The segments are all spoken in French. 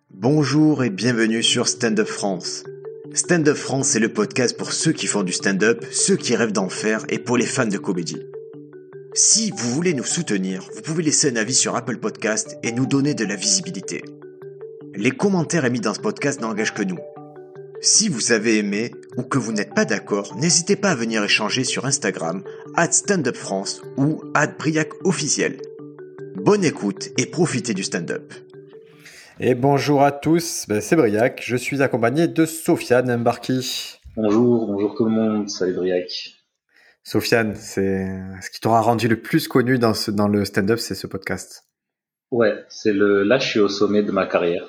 Bonjour et bienvenue sur Stand Up France. Stand Up France, c'est le podcast pour ceux qui font du stand-up, ceux qui rêvent d'en faire et pour les fans de comédie. Si vous voulez nous soutenir, vous pouvez laisser un avis sur Apple Podcast et nous donner de la visibilité. Les commentaires émis dans ce podcast n'engagent que nous. Si vous avez aimé ou que vous n'êtes pas d'accord, n'hésitez pas à venir échanger sur Instagram @standupfrance ou @briacofficiel. Bonne écoute et profitez du stand-up. Et bonjour à tous, c'est Briac, je suis accompagné de Sofiane Mbarki. Bonjour tout le monde, salut Briac. Sofiane, c'est ce qui t'aura rendu le plus connu dans le stand-up, c'est ce podcast. Ouais, là je suis au sommet de ma carrière.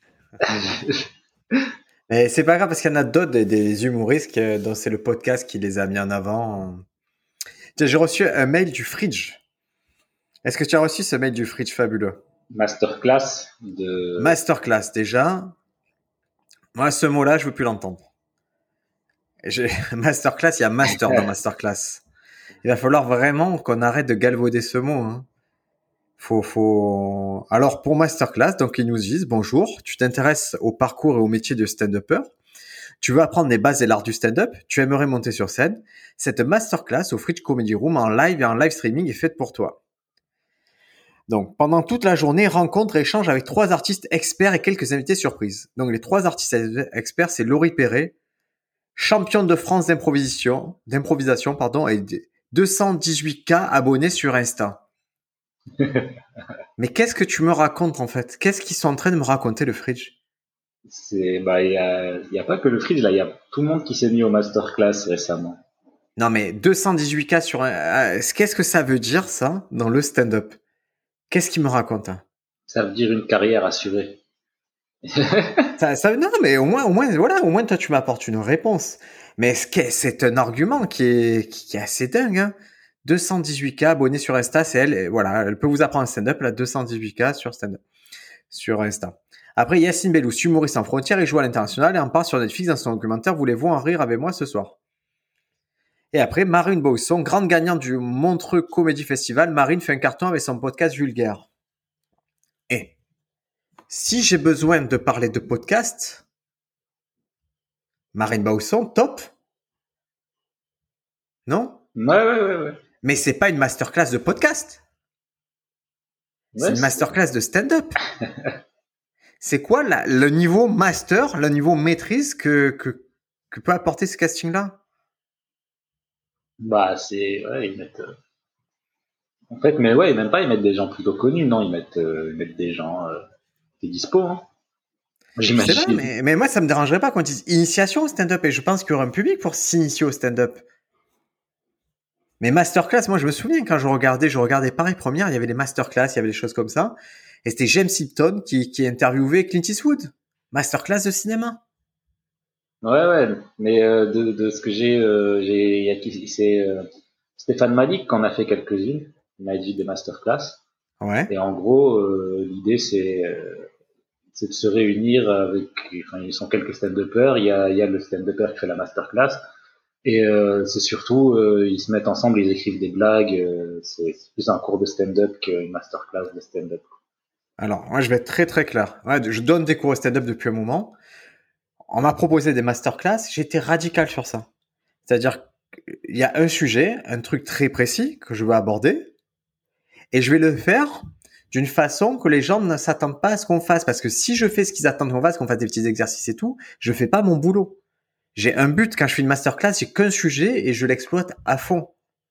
Mais c'est pas grave parce qu'il y en a d'autres, des humoristes, dont c'est le podcast qui les a mis en avant. Tiens, j'ai reçu un mail du Fridge. Est-ce que tu as reçu ce mail du Fridge fabuleux? Masterclass déjà. Moi, ce mot-là, je veux plus l'entendre. Masterclass, il y a master dans masterclass. Il va falloir vraiment qu'on arrête de galvauder ce mot. Hein. Alors, pour masterclass, donc ils nous disent, bonjour, tu t'intéresses au parcours et au métier de stand-upper. Tu veux apprendre les bases et l'art du stand-up. Tu aimerais monter sur scène. Cette masterclass au Fridge Comedy Room en live et en live streaming est faite pour toi. Donc, pendant toute la journée, rencontre et échange avec 3 artistes experts et quelques invités surprises. Donc, les 3 artistes experts, c'est Laurie Perret, championne de France d'improvisation, et 218K abonnés sur Insta. Mais qu'est-ce que tu me racontes, en fait? Qu'est-ce qu'ils sont en train de me raconter, le Fridge? Il y a pas que le Fridge, là, il y a tout le monde qui s'est mis au masterclass récemment. Non, mais 218K sur qu'est-ce que ça veut dire, ça, dans le stand-up? Qu'est-ce qu'il me raconte, hein? Ça veut dire une carrière assurée. Non, mais au moins, toi, tu m'apportes une réponse. Mais c'est un argument qui est assez dingue, hein. 218K abonnés sur Insta, c'est elle, et voilà, elle peut vous apprendre un stand-up, là, 218K sur Insta. Après, Yacine Bellous, humoriste en frontière, il joue à l'international et en parle sur Netflix dans son documentaire Voulez-vous en rire avec moi ce soir? Et après, Marine Bausson, grande gagnante du Montreux Comedy Festival, Marine fait un carton avec son podcast Vulgaire. Et si j'ai besoin de parler de podcast, Marine Bausson, top. Non? Ouais. Mais c'est pas une masterclass de podcast. C'est une masterclass de stand-up. C'est quoi le niveau master, le niveau maîtrise que peut apporter ce casting-là? Ils mettent. En fait, mais ouais, même pas, ils mettent des gens plutôt connus, non, ils mettent des gens qui dispo, hein. J'imagine. C'est vrai, mais moi, ça me dérangerait pas qu'on dise initiation au stand-up, et je pense qu'il y aura un public pour s'initier au stand-up. Mais masterclass, moi, je me souviens quand je regardais Paris Première, il y avait les masterclass, il y avait des choses comme ça, et c'était James Hilton qui interviewait Clint Eastwood. Masterclass de cinéma. Ouais, mais de ce que c'est Stéphane Malik qui en a fait quelques-unes. Il m'a dit des masterclass. Ouais. Et en gros, l'idée c'est de se réunir avec, enfin, ils sont quelques stand-uppers. Il y a le stand-upper qui fait la masterclass. Et c'est surtout, ils se mettent ensemble, ils écrivent des blagues. C'est plus un cours de stand-up qu'une masterclass de stand-up. Alors, moi, je vais être très très clair. Ouais, je donne des cours de stand-up depuis un moment. On m'a proposé des masterclass, j'étais radical sur ça. C'est-à-dire qu'il y a un sujet, un truc très précis que je veux aborder, et je vais le faire d'une façon que les gens ne s'attendent pas à ce qu'on fasse. Parce que si je fais ce qu'ils attendent qu'on fasse des petits exercices et tout, je fais pas mon boulot. J'ai un but quand je fais une masterclass, j'ai qu'un sujet et je l'exploite à fond.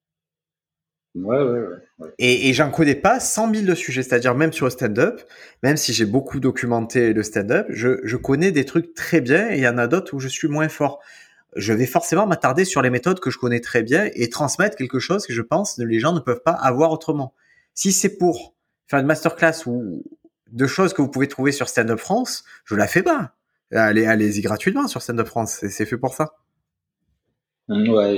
Ouais. Et j'en connais pas 100 000 de sujets, c'est-à-dire même sur le stand-up, même si j'ai beaucoup documenté le stand-up, je connais des trucs très bien et il y en a d'autres où je suis moins fort. Je vais forcément m'attarder sur les méthodes que je connais très bien et transmettre quelque chose que je pense que les gens ne peuvent pas avoir autrement. Si c'est pour faire une masterclass ou de choses que vous pouvez trouver sur Stand Up France, je la fais pas. Allez-y gratuitement sur Stand Up France, c'est fait pour ça. Ouais,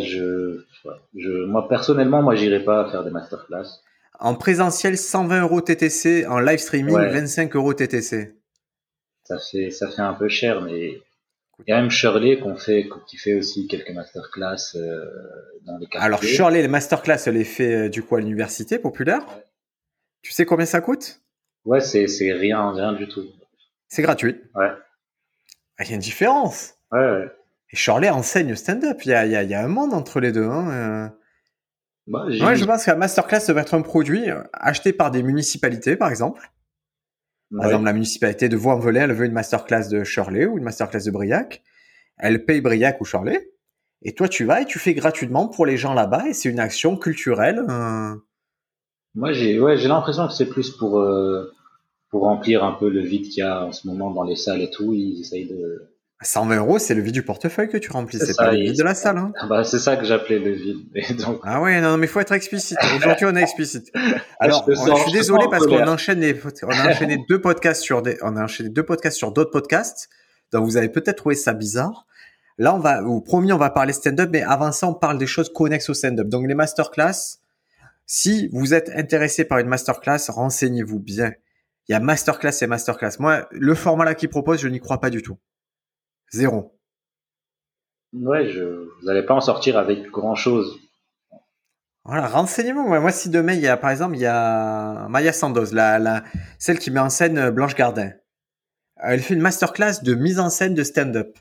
moi personnellement, moi j'irai pas faire des masterclass. En présentiel, 120 € TTC, en live streaming, Ouais. 25 € TTC. Ça fait un peu cher, mais il y a même Shirley qui fait aussi quelques masterclass dans les quartiers. Alors Shirley, les masterclass, elle les fait du coup à l'université populaire. Ouais. Tu sais combien ça coûte? Ouais, c'est rien du tout. C'est gratuit. Ouais. Il y a une différence. Ouais. Et Shirley enseigne le stand-up. Il y a un monde entre les deux. Hein. Bah, Ouais, je pense que la masterclass devrait être un produit acheté par des municipalités, par exemple. Par exemple, la municipalité de Vaux-en-Velin, elle veut une masterclass de Shirley ou une masterclass de Briac. Elle paye Briac ou Shirley. Et toi, tu vas et tu fais gratuitement pour les gens là-bas. Et c'est une action culturelle. Moi, j'ai l'impression que c'est plus pour remplir un peu le vide qu'il y a en ce moment dans les salles et tout. Ils essayent de. 120 euros, c'est le vide du portefeuille que tu remplis. C'est Ça, pas le vide de la salle. Hein. Bah, c'est ça que j'appelais le vide. Et donc, Ah ouais, non, mais il faut être explicite. Aujourd'hui, on est explicite. Alors, je suis je te désolé sens en parce qu'on colère. on a enchaîné deux podcasts sur d'autres podcasts. Donc, vous avez peut-être trouvé ça bizarre. Là, promis, on va parler stand-up, mais avant ça, on parle des choses connexes au stand-up. Donc, les masterclass. Si vous êtes intéressé par une masterclass, renseignez-vous bien. Il y a masterclass et masterclass. Moi, le format là qu'ils proposent, je n'y crois pas du tout. Zéro. Ouais, vous allez pas en sortir avec grand chose. Voilà, renseignez-vous. Moi, si demain, par exemple, il y a Maya Sandoz, celle qui met en scène Blanche Gardin. Elle fait une masterclass de mise en scène de stand-up.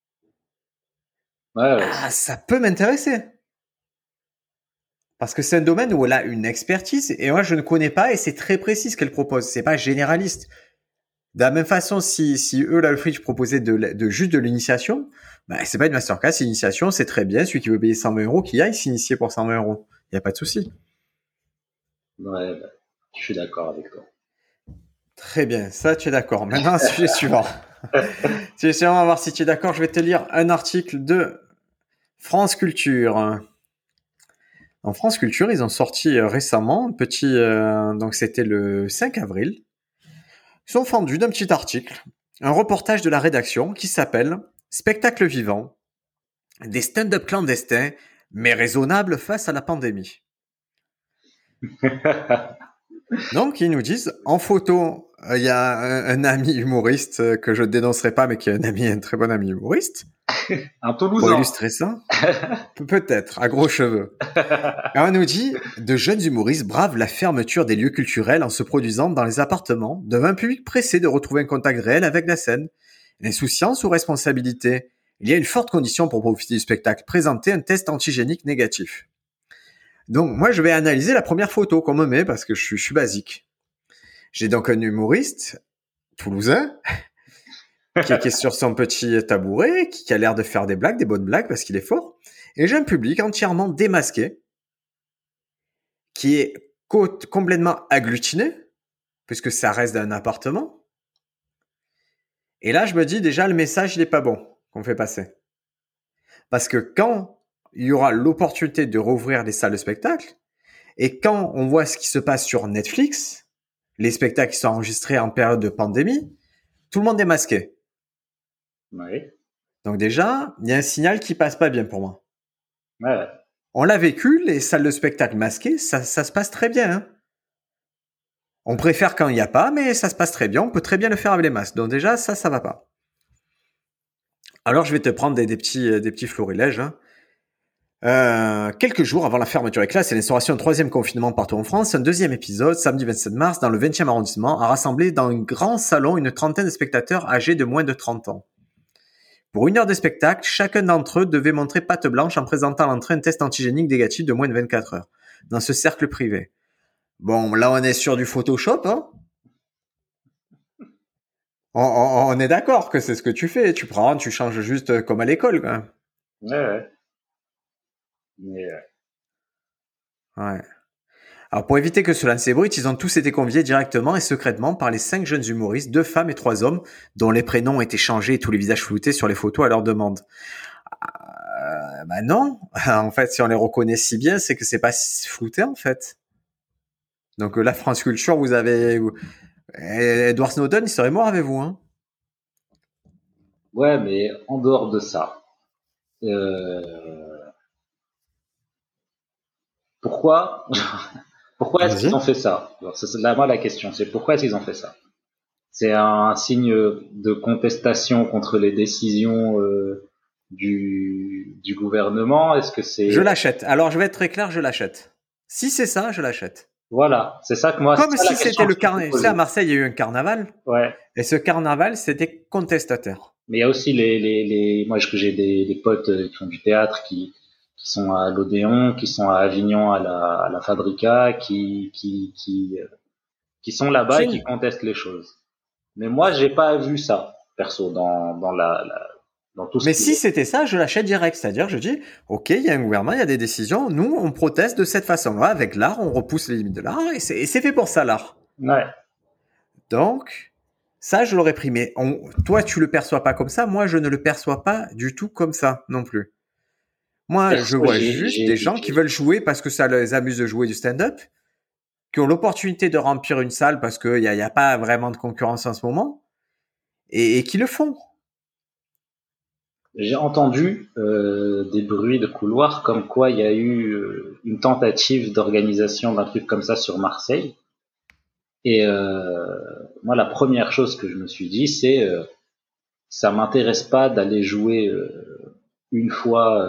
Ouais, Ça peut m'intéresser. Parce que c'est un domaine où elle a une expertise et moi, je ne connais pas et c'est très précis ce qu'elle propose. C'est pas généraliste. De la même façon, si eux, là, le Fridge proposait de juste de l'initiation, bah, c'est pas une masterclass, c'est une initiation, c'est très bien. Celui qui veut payer 120 euros, qui aille s'initier pour 120 euros. Il n'y a pas de souci. ouais, je suis d'accord avec toi. Très bien, ça tu es d'accord. Maintenant, sujet suivant. Sujet suivant, on va voir si tu es d'accord. Je vais te lire un article de France Culture. En France Culture, ils ont sorti récemment un petit... donc c'était le 5 avril. Ils sont fendus d'un petit article, un reportage de la rédaction qui s'appelle « Spectacle vivant, des stand-up clandestins, mais raisonnables face à la pandémie ». Donc, ils nous disent, en photo, il y a un ami humoriste que je ne dénoncerai pas, mais qui est un très bon ami humoriste. Un Pour Toulousain. illustrer ça, peut-être, à gros cheveux. Et on nous dit, de jeunes humoristes bravent la fermeture des lieux culturels en se produisant dans les appartements, devant un public pressé de retrouver un contact réel avec la scène. Insouciance ou responsabilité? Il y a une forte condition pour profiter du spectacle, présenter un test antigénique négatif. Donc, moi, je vais analyser la première photo qu'on me met parce que je suis basique. J'ai donc un humoriste toulousain qui est sur son petit tabouret, qui a l'air de faire des bonnes blagues parce qu'il est fort. Et j'ai un public entièrement démasqué qui est complètement agglutiné puisque ça reste dans un appartement. Et là, je me dis déjà, le message, il est pas bon qu'on fait passer. Parce que quand il y aura l'opportunité de rouvrir les salles de spectacle, et quand on voit ce qui se passe sur Netflix, les spectacles qui sont enregistrés en période de pandémie, tout le monde est masqué. Oui. Donc déjà, il y a un signal qui passe pas bien pour moi. Ouais. On l'a vécu, les salles de spectacle masquées, ça se passe très bien. Hein. On préfère quand il n'y a pas, mais ça se passe très bien. On peut très bien le faire avec les masques. Donc déjà, ça va pas. Alors je vais te prendre des petits florilèges. Hein. Quelques jours avant la fermeture des classes et l'instauration d'un troisième confinement partout en France, un deuxième épisode, samedi 27 mars, dans le 20e arrondissement, a rassemblé dans un grand salon une trentaine de spectateurs âgés de moins de 30 ans. Pour 1 heure de spectacle, chacun d'entre eux devait montrer patte blanche en présentant à l'entrée un test antigénique négatif de moins de 24 heures, dans ce cercle privé. Bon, là on est sur du Photoshop, hein. On est d'accord que c'est ce que tu fais, tu changes juste comme à l'école, quoi. Ouais. Mais, Ouais. Alors pour éviter que cela ne s'ébruite, ils ont tous été conviés directement et secrètement par les 5 jeunes humoristes, 2 femmes et 3 hommes, dont les prénoms ont été changés et tous les visages floutés sur les photos à leur demande. Bah non, en fait, si on les reconnaît si bien, c'est que c'est pas flouté en fait. Donc la France Culture, vous avez Edward Snowden, il serait mort avec vous, hein. ouais, mais en dehors de ça, pourquoi, pourquoi est-ce qu'ils Vas-y. ont fait ça? Alors, c'est là, moi, la question, c'est pourquoi est-ce qu'ils ont fait ça? C'est un signe de contestation contre les décisions du gouvernement? Est-ce que c'est... Je l'achète. Alors je vais être très clair, je l'achète. Si c'est ça, je l'achète. Voilà, c'est ça que moi, Comme c'est ça si la c'était question le que je me carnaval. Tu sais, à posais. Marseille, il y a eu un carnaval. Ouais. Et ce carnaval, c'était contestataire. Mais il y a aussi moi, j'ai des potes qui font du théâtre, qui sont à l'Odéon, qui sont à Avignon à la Fabrica, qui sont là-bas et qui Tu- contestent les choses. Mais moi, j'ai pas vu ça, perso, dans tout ce Mais qui si est. c'était ça, je l'achète direct. C'est-à-dire, je dis, OK, il y a un gouvernement, il y a des décisions. Nous, on proteste de cette façon-là. Avec l'art, on repousse les limites de l'art. Et c'est fait pour ça, l'art. Ouais. Donc, ça, je l'aurais pris. Mais toi, tu le perçois pas comme ça. Moi, je ne le perçois pas du tout comme ça non plus. Moi, je Perso, vois juste des gens qui j'ai- veulent jouer parce que ça les amuse de jouer du stand-up, qui ont l'opportunité de remplir une salle parce qu'il y a pas vraiment de concurrence en ce moment, et qui le font. J'ai entendu des bruits de couloir comme quoi il y a eu une tentative d'organisation d'un truc comme ça sur Marseille. Et moi, la première chose que je me suis dit, c'est ça m'intéresse pas d'aller jouer une fois,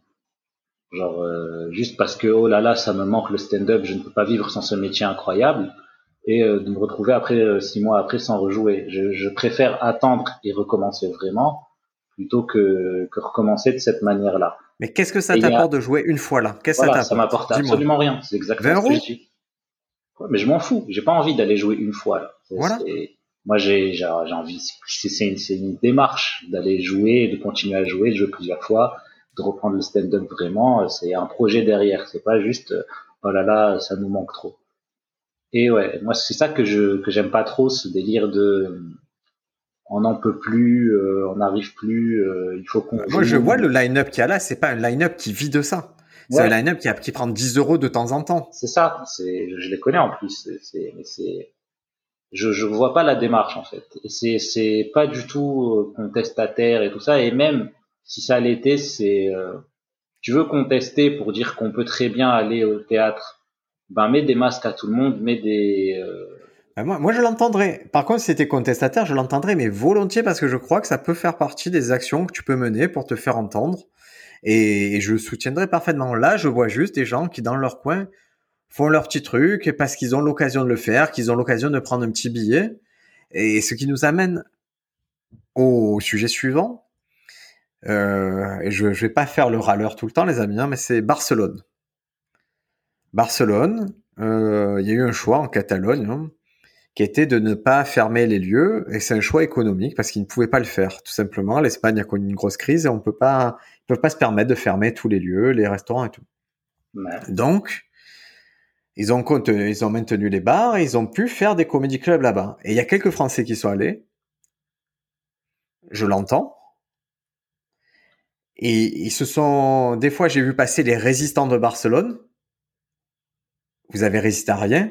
juste parce que oh là là, ça me manque le stand-up, je ne peux pas vivre sans ce métier incroyable, et de me retrouver après 6 mois après sans rejouer. Je préfère attendre et recommencer vraiment plutôt que recommencer de cette manière-là. Mais qu'est-ce que ça Et il y a, t'apporte de jouer une fois là? Qu'est-ce que ça voilà, ça t'apporte? m'apporte Dis-moi. absolument rien. C'est 20 exactement ce que je euros? dis. Ouais, mais je m'en fous. J'ai pas envie d'aller jouer une fois là. Voilà. Moi, j'ai envie. C'est une démarche d'aller jouer, de continuer à jouer, de jouer plusieurs fois, de reprendre le stand-up vraiment. C'est un projet derrière. C'est pas juste oh là là, ça nous manque trop. Et ouais, moi c'est ça que j'aime pas trop, ce délire de on n'en peut plus, on n'arrive plus, il faut qu'on Moi, je vois joue. le line-up qu'il y a là, c'est pas un line-up qui vit de ça. C'est un Ouais, line-up qui prend 10 euros de temps en temps. c'est ça. Je les connais en plus. Je vois pas la démarche en fait. Et c'est pas du tout contestataire et tout ça. Et même si ça l'était, tu veux contester pour dire qu'on peut très bien aller au théâtre. Ben mets des masques à tout le monde, mets des. Moi, je l'entendrai. Par contre, si c'était contestataire, je l'entendrai, mais volontiers parce que je crois que ça peut faire partie des actions que tu peux mener pour te faire entendre. Et je soutiendrai parfaitement. Là, je vois juste des gens qui, dans leur coin, font leur petit truc parce qu'ils ont l'occasion de le faire, qu'ils ont l'occasion de prendre un petit billet. Et ce qui nous amène au sujet suivant. Et je vais pas faire le râleur tout le temps, les amis, hein, mais c'est Barcelone. Barcelone, il y a eu un choix en Catalogne, hein, qui était de ne pas fermer les lieux, et c'est un choix économique parce qu'ils ne pouvaient pas le faire, tout simplement. L'Espagne a connu une grosse crise et ils peuvent pas se permettre de fermer tous les lieux, les restaurants et tout. Ouais. Donc, ils ont maintenu les bars et ils ont pu faire des comedy clubs là-bas. Et il y a quelques Français qui sont allés, je l'entends, et des fois j'ai vu passer les résistants de Barcelone. Vous avez résisté à rien.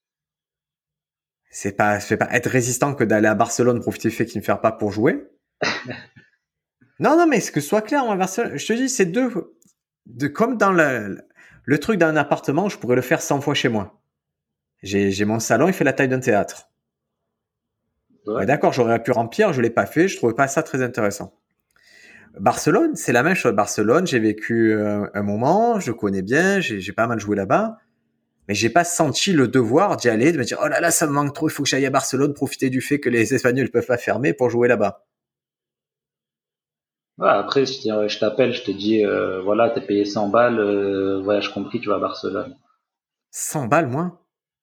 C'est pas être résistant que d'aller à Barcelone profiter du fait qu'ils ne ferment pas pour jouer. Non, mais ce que ce soit clair, moi, Barcelone, je te dis, c'est comme dans le truc d'un appartement, je pourrais le faire 100 fois chez moi. J'ai mon salon, il fait la taille d'un théâtre. Ouais. Ouais, d'accord, j'aurais pu remplir, je l'ai pas fait, je trouvais pas ça très intéressant. Barcelone, c'est la même chose. Barcelone, j'ai vécu un moment, je connais bien, j'ai pas mal joué là-bas, mais j'ai pas senti le devoir d'y aller, de me dire oh là là, ça me manque trop, il faut que j'aille à Barcelone, profiter du fait que les Espagnols peuvent pas fermer pour jouer là-bas. Ouais, après, je t'appelle, je te dis, voilà, t'es payé 100 balles, voyage compris, tu vas à Barcelone. 100 balles moins,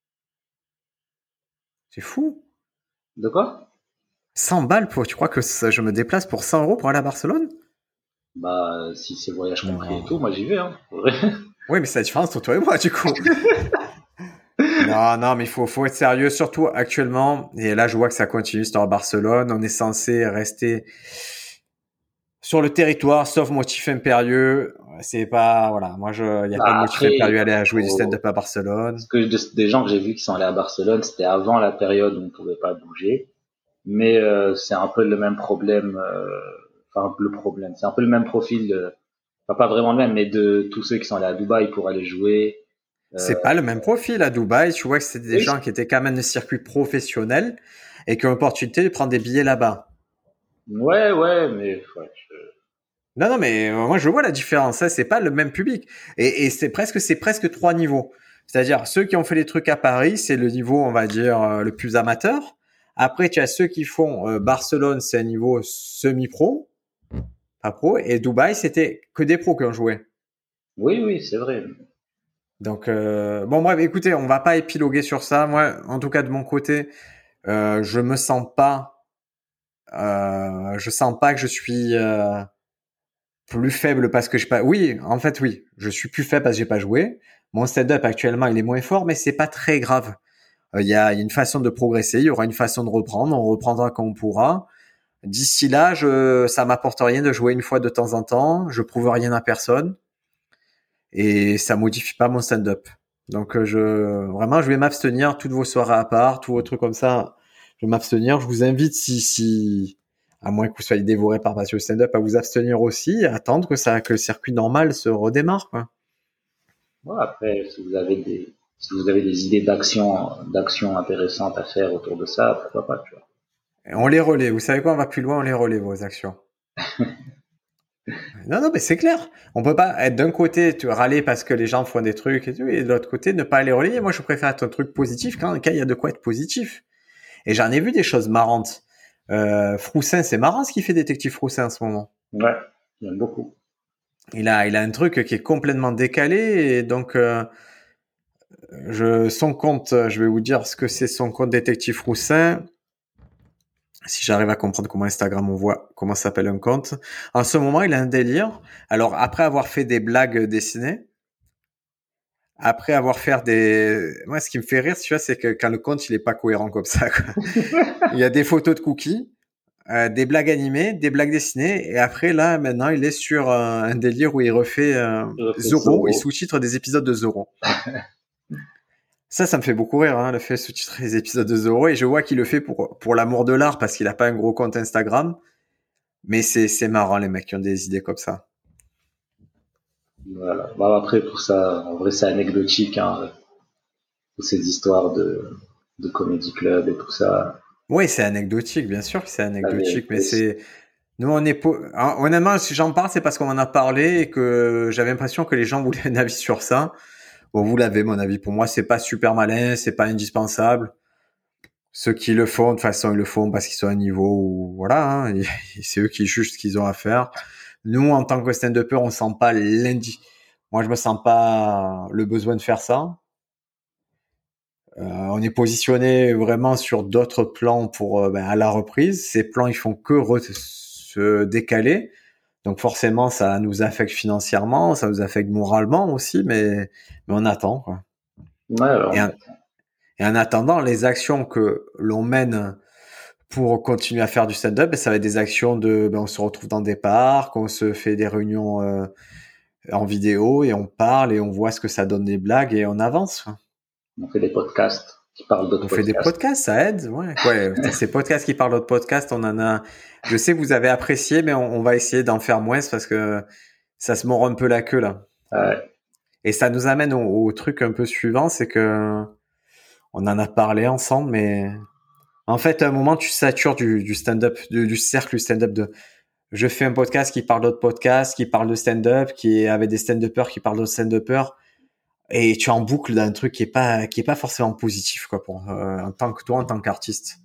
c'est fou. De quoi? 100 balles tu crois que je me déplace pour 100 euros pour aller à Barcelone? Bah, si c'est voyage compris et Non. tout, moi j'y vais, hein. Oui, mais c'est la différence entre toi et moi, du coup. Non, mais faut être sérieux, surtout actuellement. Et là, je vois que ça continue, c'est à Barcelone. On est censé rester sur le territoire, sauf motif impérieux. C'est pas, voilà. Moi, il y a pas de Bah, motif après, impérieux à aller à jouer du faut, stand-up à Barcelone. parce que des gens que j'ai vus qui sont allés à Barcelone, c'était avant la période où on ne pouvait pas bouger. Mais c'est un peu le même problème, enfin le problème, c'est un peu le même profil, enfin pas vraiment le même, mais de tous ceux qui sont allés à Dubaï pour aller jouer. Euh, C'est pas le même profil à Dubaï. Tu vois que c'était des oui, gens qui étaient quand même de circuit professionnel et qui ont l'opportunité de prendre des billets là-bas. ouais, mais ouais, Non, mais moi je vois la différence. Ça, c'est pas le même public. Et c'est presque trois niveaux. C'est-à-dire, ceux qui ont fait les trucs à Paris, c'est le niveau, on va dire, le plus amateur. Après, tu as ceux qui font Barcelone, c'est un niveau semi-pro, pas pro. Et Dubaï, c'était que des pros qui ont joué. Oui, oui, c'est vrai. Donc, bon, bref, écoutez, on va pas épiloguer sur ça. Moi, en tout cas, de mon côté, je me sens pas, je sens pas que je suis plus faible parce que je pas. Oui, en fait, oui, je suis plus faible parce que j'ai pas joué. Mon stand-up actuellement, il est moins fort, mais c'est pas très grave. Il y a une façon de progresser, il y aura une façon de reprendre, on reprendra quand on pourra. D'ici là, ça m'apporte rien de jouer une fois de temps en temps, je prouve rien à personne et ça modifie pas mon stand-up. Donc vraiment, je vais m'abstenir, toutes vos soirées à part, tous vos trucs comme ça, je vais m'abstenir. Je vous invite, si à moins que vous soyez dévoré par passion stand-up, à vous abstenir aussi, à attendre que le circuit normal se redémarre, quoi. Ouais, après, si vous avez des idées d'action intéressantes à faire autour de ça, pourquoi pas, tu vois. Et on les relaie. Vous savez quoi? On va plus loin, on les relaie, vos actions. Non, non, mais c'est clair. On peut pas être d'un côté, tu râler parce que les gens font des trucs et tout, et de l'autre côté, ne pas les relayer. Moi, je préfère être un truc positif quand il y a de quoi être positif. Et j'en ai vu des choses marrantes. Froussin, c'est marrant ce qu'il fait, Détective Froussin, en ce moment. Ouais, j'aime beaucoup. Il a un truc qui est complètement décalé, et donc, son compte, je vais vous dire ce que c'est son compte Détective Froussin. Si j'arrive à comprendre comment Instagram on voit comment s'appelle un compte. En ce moment, il a un délire. Alors, après avoir fait des blagues dessinées, après avoir fait moi, ce qui me fait rire, tu vois, c'est que quand le compte, il est pas cohérent comme ça, quoi. Il y a des photos de cookies, des blagues animées, des blagues dessinées, et après, là, maintenant, il est sur un délire où il refait Je refais Zorro, il Zorro. sous-titre des épisodes de Zorro. Ça me fait beaucoup rire, hein, le fait de sous-titrer les épisodes de Zorro, et je vois qu'il le fait pour l'amour de l'art, parce qu'il a pas un gros compte Instagram. Mais c'est marrant, les mecs qui ont des idées comme ça. Voilà. Bah, après, tout ça, en vrai, c'est anecdotique, hein, toutes ces histoires de comédie club et tout ça. Oui, c'est anecdotique, bien sûr que c'est La anecdotique, mais vérité, c'est- nous, honnêtement, si j'en parle, c'est parce qu'on en a parlé et que j'avais l'impression que les gens voulaient un avis sur ça. Bon, vous l'avez, mon avis. Pour moi, c'est pas super malin, c'est pas indispensable. Ceux qui le font, de toute façon, ils le font parce qu'ils sont à un niveau où, voilà, hein, et c'est eux qui jugent ce qu'ils ont à faire. Nous, en tant que stand-upper, on sent pas moi, je me sens pas le besoin de faire ça. On est positionné vraiment sur d'autres plans pour à la reprise. Ces plans, ils font que se décaler. Donc forcément, ça nous affecte financièrement, ça nous affecte moralement aussi, mais on attend, quoi. Ouais, alors, Et en, et en attendant, les actions que l'on mène pour continuer à faire du stand-up, ça va être des actions on se retrouve dans des parcs, on se fait des réunions en vidéo et on parle et on voit ce que ça donne des blagues et on avance, quoi. on fait des podcasts qui parlent On d'autres fait des podcasts. podcasts, ça aide, ouais. Ouais, ces podcasts qui parlent d'autres podcasts, on en a. Je sais que vous avez apprécié, mais on va essayer d'en faire moins parce que ça se mord un peu la queue là. Ouais, Et ça nous amène au truc un peu suivant, c'est que on en a parlé ensemble, mais en fait, à un moment, tu satures du stand-up, du cercle stand-up de. Je fais un podcast qui parle d'autres podcasts, qui parle de stand-up, qui est avec des stand-uppers qui parlent d'autres stand-uppers. Et tu es en boucle d'un truc qui est pas forcément positif, quoi, en tant que toi, en tant qu'artiste.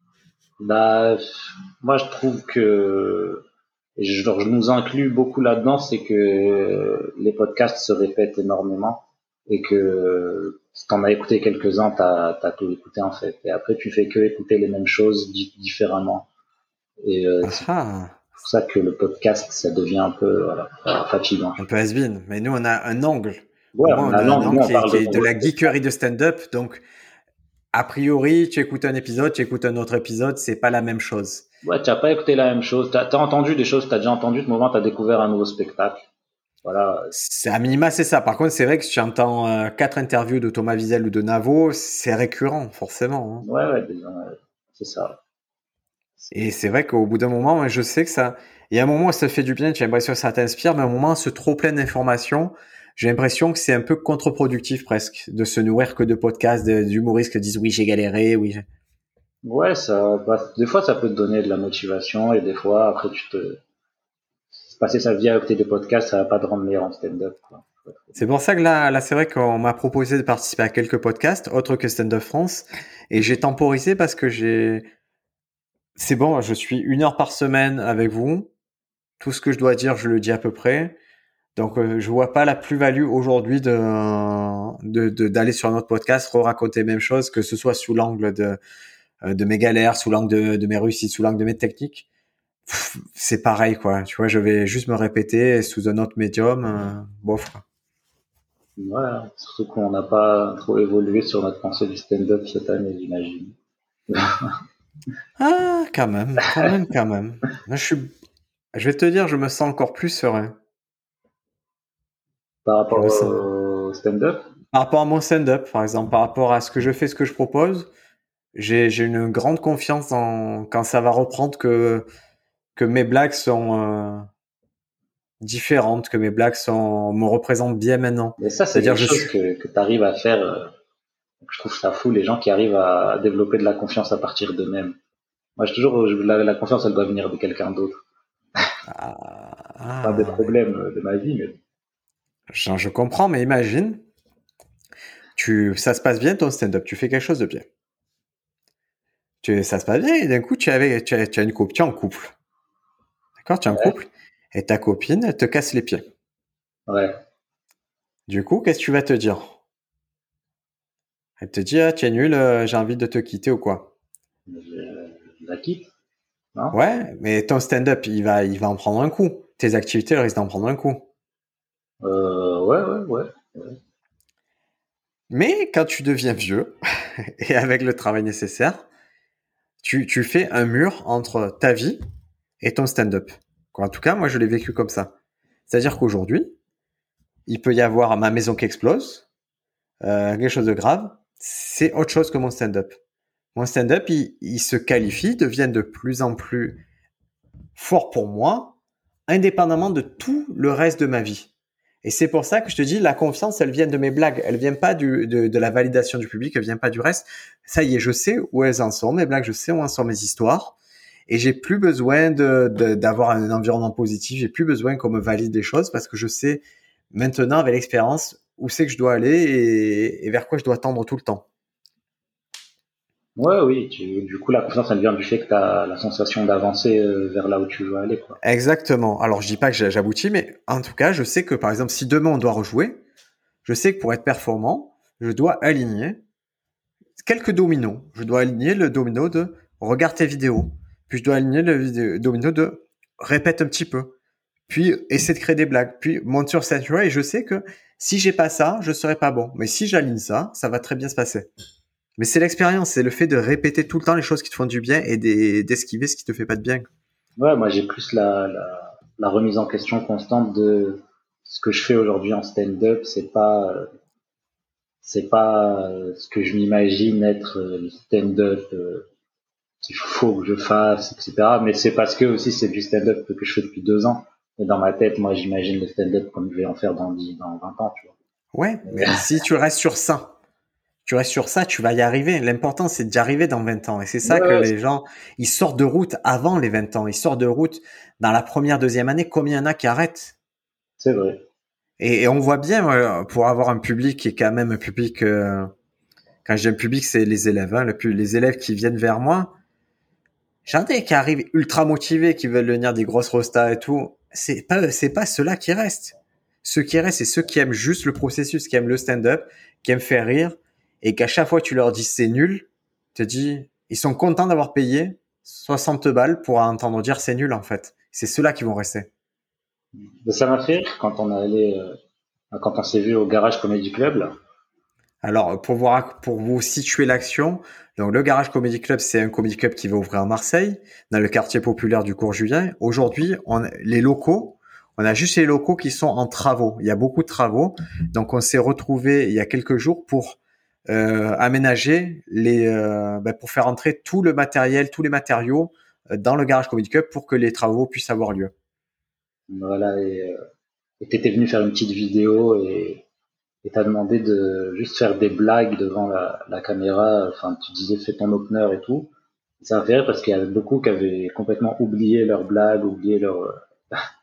bah, moi je trouve que, et genre, je nous inclus beaucoup là-dedans, c'est que les podcasts se répètent énormément et que si t'en as écouté quelques-uns, t'as tout écouté en fait. Et après, tu fais que écouter les mêmes choses différemment. Et Ah c'est ah, pour ça que le podcast, ça devient un peu voilà, fatigant. un peu has-been. Mais nous, on a un angle. Au Ouais, moins, on on a a un langue, nous angle on parle qui de est ton de la podcast. geekerie de stand-up. Donc, a priori, tu écoutes un épisode, tu écoutes un autre épisode, c'est pas la même chose. Ouais, tu n'as pas écouté la même chose. T'as entendu des choses que t'as déjà entendues, ce moment, t'as découvert un nouveau spectacle. Voilà. C'est à minima, c'est ça. Par contre, c'est vrai que si tu entends 4 interviews de Thomas Wiesel ou de Navo, c'est récurrent, forcément, hein. Ouais, ouais, c'est ça. Et c'est vrai qu'au bout d'un moment, moi, je sais que ça. Il y a un moment où ça fait du bien, j'ai l'impression que ça t'inspire, mais à un moment, ce trop plein d'informations, j'ai l'impression que c'est un peu contre-productif presque, de se nourrir que de podcasts, d'humoristes qui disent oui, j'ai galéré, oui. Ouais, ça, bah, des fois, ça peut te donner de la motivation et des fois, après, passer sa vie à écouter des podcasts, ça va pas te rendre meilleur en stand-up, quoi. C'est pour ça que là, c'est vrai qu'on m'a proposé de participer à quelques podcasts, autres que Stand Up France, et j'ai temporisé parce que c'est bon, je suis 1 heure par semaine avec vous. Tout ce que je dois dire, je le dis à peu près. Donc, je vois pas la plus-value aujourd'hui d'aller sur un autre podcast, raconter les mêmes choses, que ce soit sous l'angle de mes galères, sous l'angle de mes réussites, sous l'angle de mes techniques. C'est pareil, quoi. Tu vois, je vais juste me répéter sous un autre médium, bof, quoi. Voilà, surtout qu'on n'a pas trop évolué sur notre pensée du stand-up cette année, j'imagine. Ah, quand même. Là, je vais te dire, je me sens encore plus serein. Par Je rapport me sens. au stand-up, Par rapport à mon stand-up, par exemple, par rapport à ce que je fais, ce que je propose, j'ai une grande confiance quand ça va reprendre que mes blagues sont différentes, que mes blagues me représentent bien maintenant. mais ça, c'est C'est-à-dire, quelque chose que tu arrives à faire. Je trouve ça fou, les gens qui arrivent à développer de la confiance à partir d'eux-mêmes. Moi, la confiance, elle doit venir de quelqu'un d'autre. C'est pas des ah, problèmes de ma vie, mais je comprends, mais imagine, ça se passe bien ton stand-up, tu fais quelque chose de bien. Ça se passe bien et d'un coup, tu as une couple, tu es en couple. D'accord, tu es en ouais, couple et ta copine, elle te casse les pieds. ouais. Du coup, qu'est-ce que tu vas te dire? Elle te dit, ah, tu es nul, j'ai envie de te quitter ou quoi? Je la quitte, non? Ouais, mais ton stand-up, il va en prendre un coup. Tes activités, elles risquent d'en prendre un coup. Ouais, ouais, ouais. Ouais. Mais quand tu deviens vieux, et avec le travail nécessaire, tu fais un mur entre ta vie et ton stand-up. En tout cas, moi, je l'ai vécu comme ça. C'est-à-dire qu'aujourd'hui, il peut y avoir ma maison qui explose, quelque chose de grave. C'est autre chose que mon stand-up. Mon stand-up, il se qualifie, devient de plus en plus fort pour moi, indépendamment de tout le reste de ma vie. Et c'est pour ça que je te dis, la confiance, elle vient de mes blagues. Elle vient pas de la validation du public, elle vient pas du reste. Ça y est, je sais où elles en sont, mes blagues, je sais où en sont mes histoires. Et j'ai plus besoin d'avoir un environnement positif. J'ai plus besoin qu'on me valide des choses parce que je sais maintenant, avec l'expérience, où c'est que je dois aller et vers quoi je dois tendre tout le temps. Ouais, oui, du coup, la confiance, elle vient du fait que tu as la sensation d'avancer vers là où tu veux aller, quoi. Exactement. Alors, je dis pas que j'aboutis, mais en tout cas, je sais que, par exemple, si demain on doit rejouer, je sais que pour être performant, je dois aligner quelques dominos. Je dois aligner le domino de regarde tes vidéos. Puis je dois aligner le domino de répète un petit peu. Puis essaie de créer des blagues. Puis monte sur cette voie et je sais que si j'ai pas ça, je serai pas bon. Mais si j'aligne ça, ça va très bien se passer. Mais c'est l'expérience, c'est le fait de répéter tout le temps les choses qui te font du bien et d'esquiver ce qui te fait pas de bien. Ouais, moi, j'ai plus la remise en question constante de ce que je fais aujourd'hui en stand-up, c'est pas ce que je m'imagine être le stand-up qu'il faut que je fasse, etc. Mais c'est parce que aussi c'est du stand-up que je fais depuis 2 ans. Et dans ma tête, moi, j'imagine le stand-up comme je vais en faire dans 20 ans, tu vois. Ouais, mais si tu restes sur ça, tu vas y arriver. L'important, c'est d'y arriver dans 20 ans. Et c'est ça que Ouais, les gens, ils sortent de route avant les 20 ans. Ils sortent de route dans la première, deuxième année. Combien il y en a qui arrêtent? c'est vrai. Et on voit bien, pour avoir un public qui est quand même un public, quand je dis un public, c'est les élèves, hein, les élèves qui viennent vers moi. J'en ai qui arrivent ultra motivés, qui veulent devenir des grosses rostas et tout. C'est pas ceux-là qui restent. Ceux qui restent, c'est ceux qui aiment juste le processus, qui aiment le stand-up, qui aiment faire rire, et qu'à chaque fois que tu leur dis c'est nul, te dis, ils sont contents d'avoir payé 60 balles pour entendre dire c'est nul, en fait. C'est ceux-là qui vont rester. Mais ça m'a fait rire quand on s'est vu au Garage Comedy Club, là. Alors, pour vous situer l'action, donc le Garage Comedy Club, c'est un comedy club qui va ouvrir à Marseille, dans le quartier populaire du Cours Julien. Aujourd'hui, on a juste les locaux qui sont en travaux. Il y a beaucoup de travaux. Donc, on s'est retrouvé il y a quelques jours pour aménager pour faire entrer tout le matériel, tous les matériaux dans le Garage Comedy Club pour que les travaux puissent avoir lieu. Voilà, et t'étais venu faire une petite vidéo et t'as demandé de juste faire des blagues devant la caméra. Enfin, tu disais fais ton opener et tout. Ça m'a fait rire parce qu'il y avait beaucoup qui avaient complètement oublié leurs blagues, oublié leur.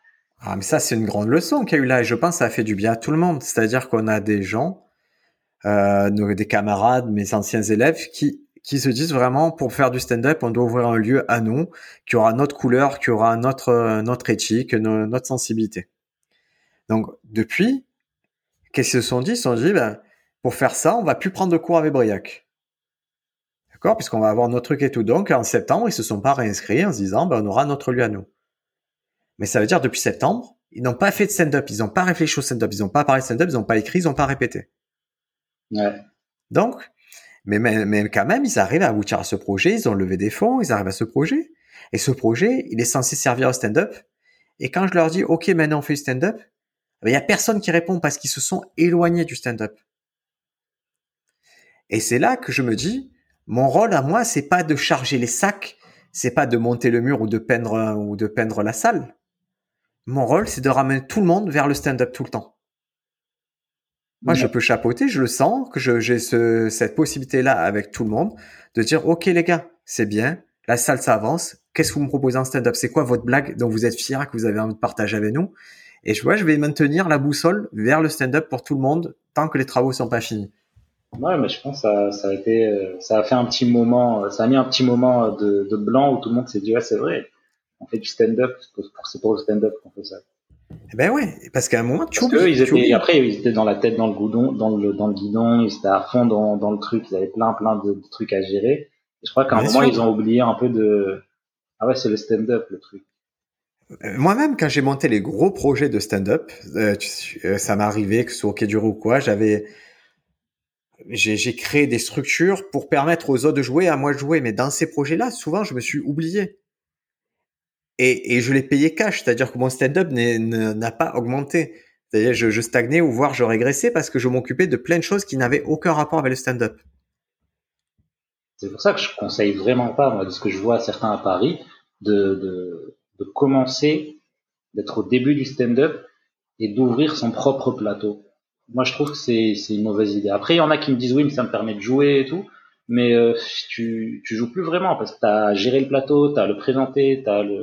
Ah, mais ça, c'est une grande leçon qu'il y a eu là, et je pense que ça a fait du bien à tout le monde. C'est-à-dire qu'on a des gens, des camarades, mes anciens élèves, qui se disent vraiment, pour faire du stand-up, on doit ouvrir un lieu à nous, qui aura notre couleur, qui aura notre éthique, notre sensibilité. Donc, depuis, qu'est-ce qu'ils se sont dit? Ils se sont dit, ben, pour faire ça, on va plus prendre de cours avec Briac. D'accord? Puisqu'on va avoir notre truc et tout. Donc, en septembre, ils se sont pas réinscrits en se disant, ben, on aura notre lieu à nous. Mais ça veut dire, depuis septembre, ils n'ont pas fait de stand-up, ils n'ont pas réfléchi au stand-up, ils n'ont pas parlé de stand-up, ils n'ont pas écrit, ils n'ont pas répété. Ouais. Donc, mais quand même, ils arrivent à aboutir à ce projet, ils ont levé des fonds, ils arrivent à ce projet. Et ce projet, il est censé servir au stand-up. Et quand je leur dis, OK, maintenant on fait du stand-up, il y a personne qui répond parce qu'ils se sont éloignés du stand-up. Et c'est là que je me dis, mon rôle à moi, c'est pas de charger les sacs, c'est pas de monter le mur ou de peindre la salle. Mon rôle, c'est de ramener tout le monde vers le stand-up tout le temps. Moi, je peux chapeauter, je le sens, que j'ai cette possibilité-là avec tout le monde, de dire, OK, les gars, c'est bien, la salle, ça avance, qu'est-ce que vous me proposez en stand-up? C'est quoi votre blague dont vous êtes fiers, que vous avez envie de partager avec nous? Et je vais maintenir la boussole vers le stand-up pour tout le monde, tant que les travaux sont pas finis. Ouais, mais je pense que ça a été, ça a fait un petit moment, ça a mis un petit moment de blanc où tout le monde s'est dit, ouais, c'est vrai, on fait du stand-up, c'est pour le stand-up qu'on fait ça. Eh ben ouais, parce qu'à un moment, Parce que ils étaient, après, ils étaient dans la tête dans le guidon, dans le guidon, ils étaient à fond dans le truc, ils avaient plein de trucs à gérer. Et je crois qu'à un moment, ils ont oublié un peu ah ouais, c'est le stand-up, le truc. Moi-même, quand j'ai monté les gros projets de stand-up, ça m'est arrivé que ce soit au Quai du Roi ou quoi, j'ai créé des structures pour permettre aux autres de jouer, à moi de jouer. Mais dans ces projets-là, souvent, je me suis oublié. Et je l'ai payé cash, c'est-à-dire que mon stand-up n'a pas augmenté. C'est-à-dire je stagnais ou voire je régressais parce que je m'occupais de plein de choses qui n'avaient aucun rapport avec le stand-up. C'est pour ça que je conseille vraiment pas, moi, de ce que je vois certains à Paris, de commencer, d'être au début du stand-up et d'ouvrir son propre plateau. Moi, je trouve que c'est une mauvaise idée. Après, il y en a qui me disent oui, mais ça me permet de jouer et tout. Mais tu joues plus vraiment parce que t'as géré le plateau, t'as le présenté,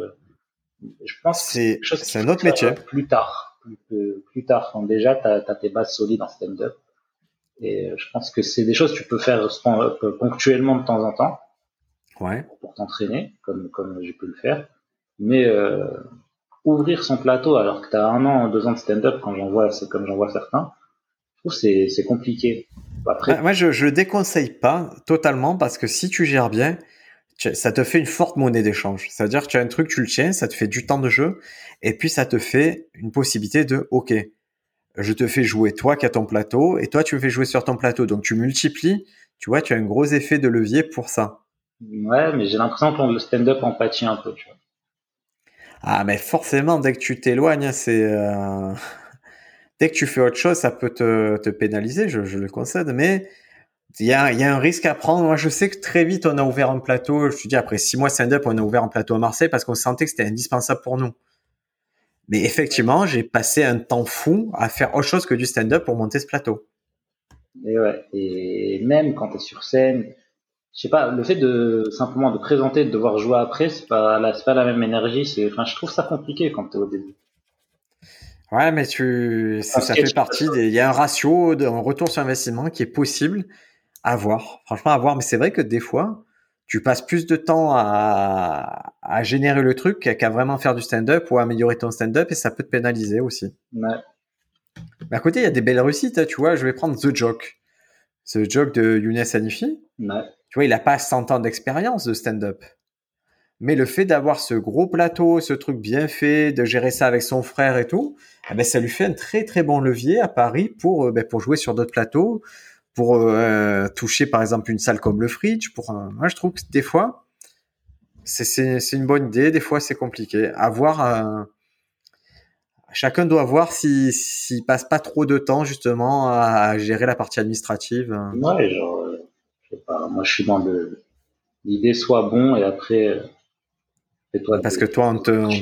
je pense que c'est quelque chose C'est un autre métier. Plus tard. Plus tard, quand déjà t'as tes bases solides en stand-up. Et je pense que c'est des choses que tu peux faire ponctuellement de temps en temps. Ouais. Pour t'entraîner, comme je peux le faire. Mais ouvrir son plateau alors que tu as 1 an, 2 ans de stand-up, c'est comme j'en vois certains, je trouve que c'est compliqué. Après, moi, je le déconseille pas totalement parce que si tu gères bien, ça te fait une forte monnaie d'échange. C'est-à-dire que tu as un truc, tu le tiens, ça te fait du temps de jeu et puis ça te fait une possibilité de OK, je te fais jouer toi qui as ton plateau et toi tu me fais jouer sur ton plateau. Donc tu multiplies, tu vois, tu as un gros effet de levier pour ça. ouais, mais j'ai l'impression que le stand-up en pâtit un peu, tu vois. Ah, mais forcément, dès que tu t'éloignes, dès que tu fais autre chose, ça peut te pénaliser, je le concède, mais il y a un risque à prendre. Moi, je sais que très vite, on a ouvert un plateau. Je te dis, après 6 mois stand-up, on a ouvert un plateau à Marseille parce qu'on sentait que c'était indispensable pour nous. Mais effectivement, j'ai passé un temps fou à faire autre chose que du stand-up pour monter ce plateau. Et ouais, et même quand tu es sur scène, je sais pas, le fait de simplement de présenter, de devoir jouer après, c'est pas la même énergie. Enfin, je trouve ça compliqué quand tu es au début. Ouais, mais ça fait partie il y a un ratio, un retour sur investissement qui est possible à voir. Franchement, à voir. Mais c'est vrai que des fois, tu passes plus de temps à générer le truc qu'à vraiment faire du stand-up ou à améliorer ton stand-up et ça peut te pénaliser aussi. Ouais. Mais à côté, il y a des belles réussites, hein, tu vois. Je vais prendre The Joke. The Joke de Younes Hanifi. Ouais. Tu vois, il a pas 100 ans d'expérience de stand-up. Mais le fait d'avoir ce gros plateau, ce truc bien fait, de gérer ça avec son frère et tout, eh ben, ça lui fait un très très bon levier à Paris pour jouer sur d'autres plateaux, pour toucher par exemple une salle comme le Fridge. Moi, je trouve que des fois, c'est une bonne idée, des fois c'est compliqué. À voir, chacun doit voir s'il passe pas trop de temps justement à gérer la partie administrative. Ouais, genre, je sais pas, moi je suis dans l'idée soit bon et après, fais-toi Parce que toi,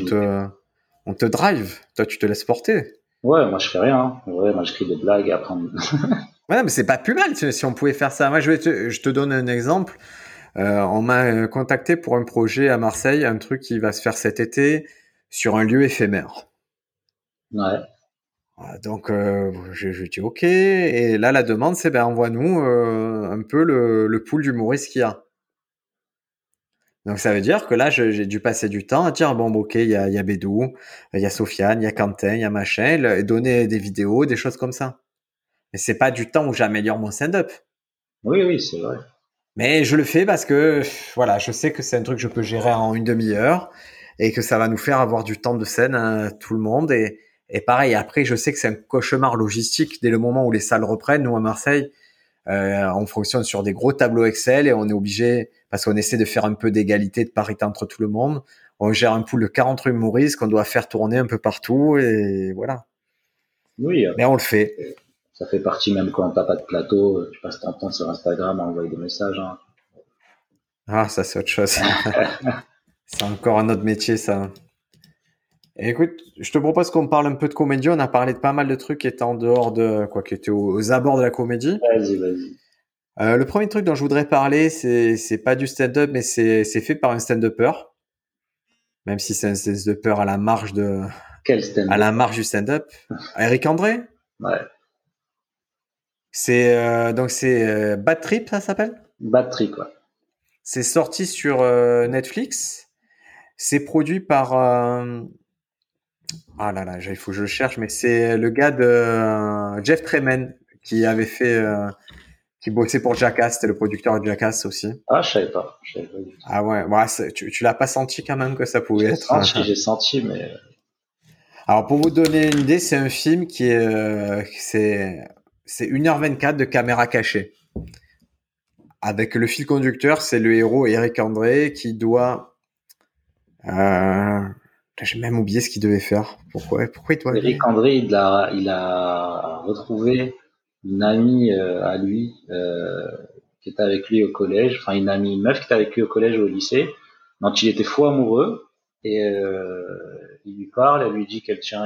on te drive. Toi, tu te laisses porter. Ouais, moi je fais rien. Hein. Ouais, moi j'écris des blagues et après. Ouais, mais c'est pas plus mal si on pouvait faire ça. Moi, je te donne un exemple. On m'a contacté pour un projet à Marseille, un truc qui va se faire cet été sur un lieu éphémère. Ouais. Donc, je dis OK. Et là, la demande, c'est ben envoie-nous un peu le pool d'humoristes qu'il y a. Donc ça veut dire que là, j'ai dû passer du temps à dire bon, ok, il y a Bédou, il y a Sofiane, il y a Quentin, il y a machin, et donner des vidéos, des choses comme ça. Mais c'est pas du temps où j'améliore mon stand-up. Oui, oui, c'est vrai. Mais je le fais parce que voilà, je sais que c'est un truc que je peux gérer en une demi-heure et que ça va nous faire avoir du temps de scène à tout le monde. Et pareil, après, je sais que c'est un cauchemar logistique dès le moment où les salles reprennent. Nous à Marseille, on fonctionne sur des gros tableaux Excel et on est obligé, parce qu'on essaie de faire un peu d'égalité, de parité entre tout le monde, on gère un pool de 40 humoristes qu'on doit faire tourner un peu partout et voilà. Oui, Mais on le fait. ça fait partie même quand t'as pas de plateau, tu passes ton temps sur Instagram à envoyer des messages. Hein. Ah, ça c'est autre chose. C'est encore un autre métier, ça. Et écoute, je te propose qu'on parle un peu de comédie. On a parlé de pas mal de trucs qui étaient en dehors de quoi, qui étaient aux abords de la comédie. Vas-y, vas-y. Le premier truc dont je voudrais parler, c'est pas du stand-up, mais c'est fait par un stand-upper. Même si c'est un stand-upper Quel à stand-up. la marge du stand-up. Eric André, Ouais. c'est Bad Trip, ça s'appelle. Bad trip, ouais. C'est sorti sur Netflix. C'est produit par ah là là, il faut que je le cherche, mais c'est le gars de Jeff Tremaine qui avait fait qui bossait pour Jackass, c'était le producteur de Jackass aussi. Ah, je savais pas. Je savais pas du tout. Ah ouais, ouais tu l'as pas senti quand même que ça pouvait être. J'ai senti, mais Alors pour vous donner une idée, c'est un film qui est c'est 1h24 de caméra cachée. Avec le fil conducteur, c'est le héros Eric André qui doit j'ai même oublié ce qu'il devait faire. Pourquoi il doit aller. Eric André, il a retrouvé une amie à lui qui était avec lui au collège, enfin une amie, une meuf qui était avec lui au collège ou au lycée, dont il était fou amoureux et il lui parle, elle lui dit qu'elle tient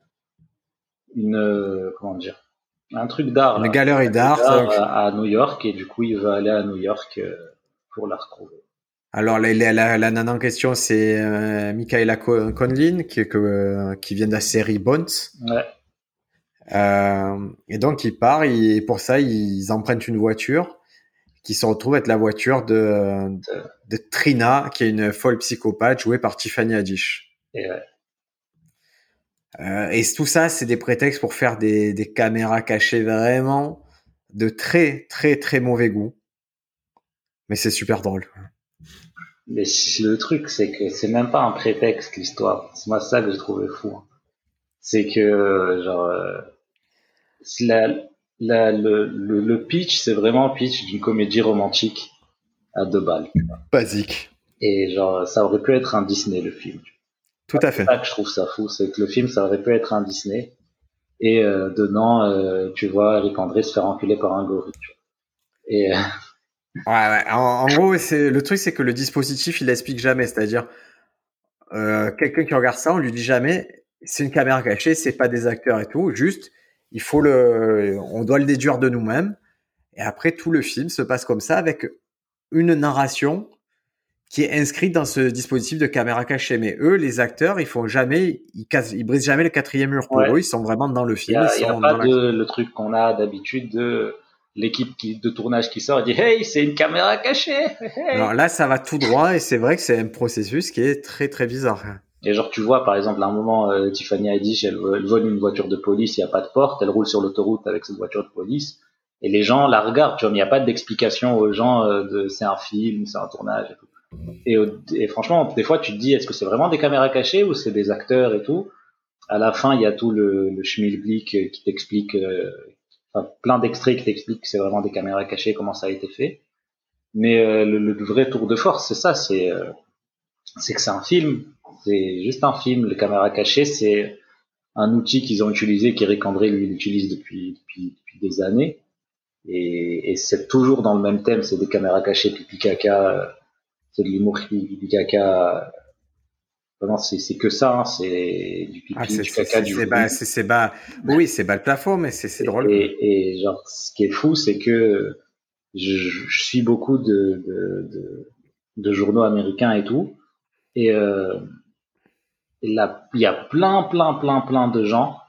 une comment dire, un truc d'art Une là, galerie d'art. à New York et du coup il veut aller à New York pour la retrouver. Alors la nana en question, c'est Michaela Conlin qui vient de la série Bones. Ouais, Et donc il part et pour ça ils empruntent une voiture qui se retrouve être la voiture de Trina, qui est une folle psychopathe jouée par Tiffany Haddish. et ouais. Et tout ça, c'est des prétextes pour faire des caméras cachées vraiment de très très très mauvais goût. Mais c'est super drôle. Mais le truc, c'est que c'est même pas un prétexte l'histoire. C'est moi ça que j'ai trouvé fou. Hein. C'est que genre la, le pitch, c'est vraiment le pitch d'une comédie romantique à 2 balles. Basique. Et genre ça aurait pu être un Disney le film. Tout à C'est fait. ça que je trouve ça fou, c'est que le film ça aurait pu être un Disney. Et dedans, tu vois Eric André se faire enculer par un gorille. Tu vois. Et Ouais. En gros, le truc, c'est que le dispositif, il l'explique jamais. C'est-à-dire, quelqu'un qui regarde ça, on lui dit jamais, c'est une caméra cachée, c'est pas des acteurs et tout. Juste, on doit le déduire de nous-mêmes. Et après, tout le film se passe comme ça avec une narration qui est inscrite dans ce dispositif de caméra cachée. Mais eux, les acteurs, ils brisent jamais le quatrième mur. ouais, Pour eux, ils sont vraiment dans le film, ils y a sont pas dans l'action. de le truc qu'on a d'habitude de l'équipe de tournage qui sort et dit hey c'est une caméra cachée. Hey. Alors là, ça va tout droit et c'est vrai que c'est un processus qui est très très bizarre. Et genre tu vois par exemple à un moment Tiffany Haddish elle vole une voiture de police, il y a pas de porte, elle roule sur l'autoroute avec cette voiture de police et les gens la regardent, tu vois, mais il y a pas d'explication aux gens de c'est un film, c'est un tournage et tout. Et franchement des fois tu te dis est-ce que c'est vraiment des caméras cachées ou c'est des acteurs et tout. À la fin il y a tout le schmilblick qui t'explique enfin, plein d'extraits qui t'expliquent que c'est vraiment des caméras cachées, comment ça a été fait. Mais le vrai tour de force, c'est ça, c'est que c'est un film, c'est juste un film. Les caméras cachées, c'est un outil qu'ils ont utilisé, qu'Eric André lui il utilise depuis des années, et c'est toujours dans le même thème, c'est des caméras cachées pipi caca, c'est de l'humour pipi caca. Vraiment, c'est que ça, hein, c'est du Ah, pipi, du caca, du bruit. c'est bas. Oui, c'est bas le plafond, mais c'est drôle. Et genre, ce qui est fou, c'est que je suis beaucoup de journaux américains et tout. Et, et là, il y a plein de gens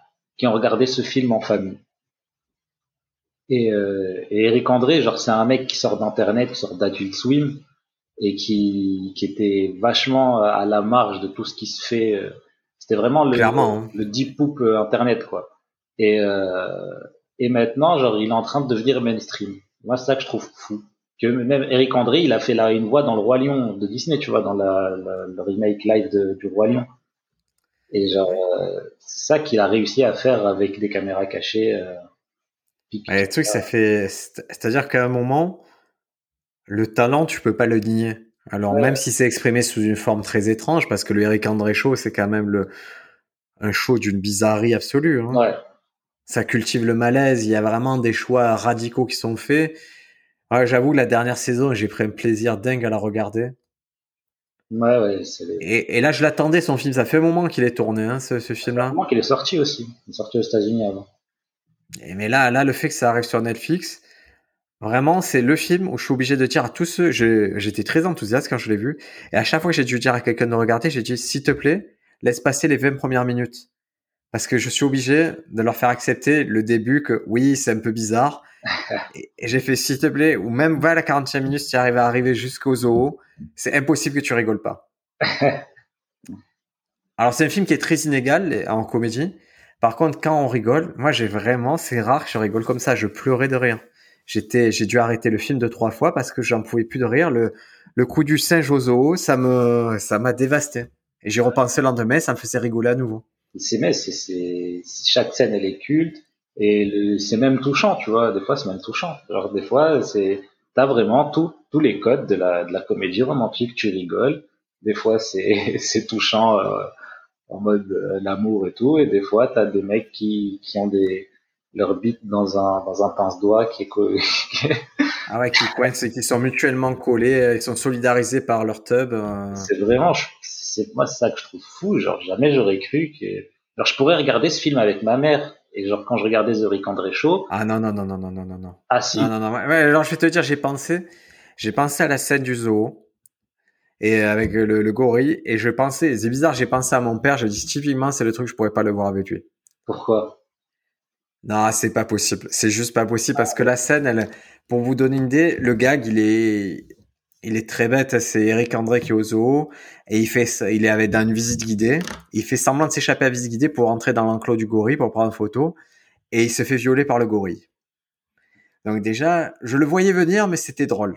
qui ont regardé ce film en famille. Et Eric André, genre c'est un mec qui sort d'internet, qui sort d'Adult Swim et qui était vachement à la marge de tout ce qui se fait. C'était vraiment Clairement, hein. le deep poop internet quoi. Et et maintenant genre il est en train de devenir mainstream. Moi c'est ça que je trouve fou. Que même Eric André, il a fait une voix dans le Roi Lion de Disney, tu vois, dans le remake live du Roi Lion. Et genre c'est ça qu'il a réussi à faire avec des caméras cachées. Et le truc, c'est-à-dire qu'à un moment, le talent, tu peux pas le nier. Alors, Ouais, même si c'est exprimé sous une forme très étrange, parce que le Eric André Show, c'est quand même un show d'une bizarrerie absolue, hein. ouais, Ça cultive le malaise, il y a vraiment des choix radicaux qui sont faits. Ouais, j'avoue, la dernière saison, j'ai pris un plaisir dingue à la regarder. ouais, Et là, je l'attendais, son film. Ça fait un moment qu'il est tourné, hein, ce ça fait un film-là. moment qu'il est sorti aussi. Il est sorti aux États-Unis avant. Mais là, le fait que ça arrive sur Netflix, vraiment, c'est le film où je suis obligé de dire à tous ceux, j'étais très enthousiaste quand je l'ai vu, et à chaque fois que j'ai dû dire à quelqu'un de regarder, j'ai dit, s'il te plaît, laisse passer les 20 premières minutes. Parce que je suis obligé de leur faire accepter le début que oui, c'est un peu bizarre. Et j'ai fait, s'il te plaît, ou même va à la 40e minute, si tu arrives à arriver jusqu'au zoo, c'est impossible que tu rigoles pas. Alors, c'est un film qui est très inégal en comédie. Par contre, quand on rigole, moi, c'est rare que je rigole comme ça. Je pleurais de rire. J'ai dû arrêter le film 2, 3 fois parce que j'en pouvais plus de rire. Le coup du singe au zoo, ça m'a dévasté. Et j'y repensé le lendemain, ça me faisait rigoler à nouveau. Chaque scène elle est culte et c'est même touchant, tu vois. Des fois c'est même touchant. Genre des fois t'as vraiment tous les codes de la comédie romantique. Tu rigoles. Des fois c'est touchant en mode l'amour et tout. Et des fois t'as des mecs qui ont leur bite dans un pince-doigt qui est Ah ouais, qui coincent, qui sont mutuellement collés, ils sont solidarisés par leur tub. c'est vraiment, moi, c'est ça que je trouve fou. Genre, jamais j'aurais cru que, genre, je pourrais regarder ce film avec ma mère. Et genre, quand je regardais The Rick André Show, Ah non, non, non, non, non, non, non, non. ah Non, si, non, non. Ouais, alors je vais te dire, j'ai pensé à la scène du zoo et avec le gorille et je pensais, c'est bizarre, j'ai pensé à mon père, je dis typiquement, c'est le truc, je pourrais pas le voir avec lui. pourquoi? Non, c'est pas possible. C'est juste pas possible parce que la scène, pour vous donner une idée, le gag, il est très bête. C'est Eric André qui est au zoo et il est dans une visite guidée. Il fait semblant de s'échapper à la visite guidée pour entrer dans l'enclos du gorille pour prendre une photo et il se fait violer par le gorille. Donc déjà, je le voyais venir, mais c'était drôle.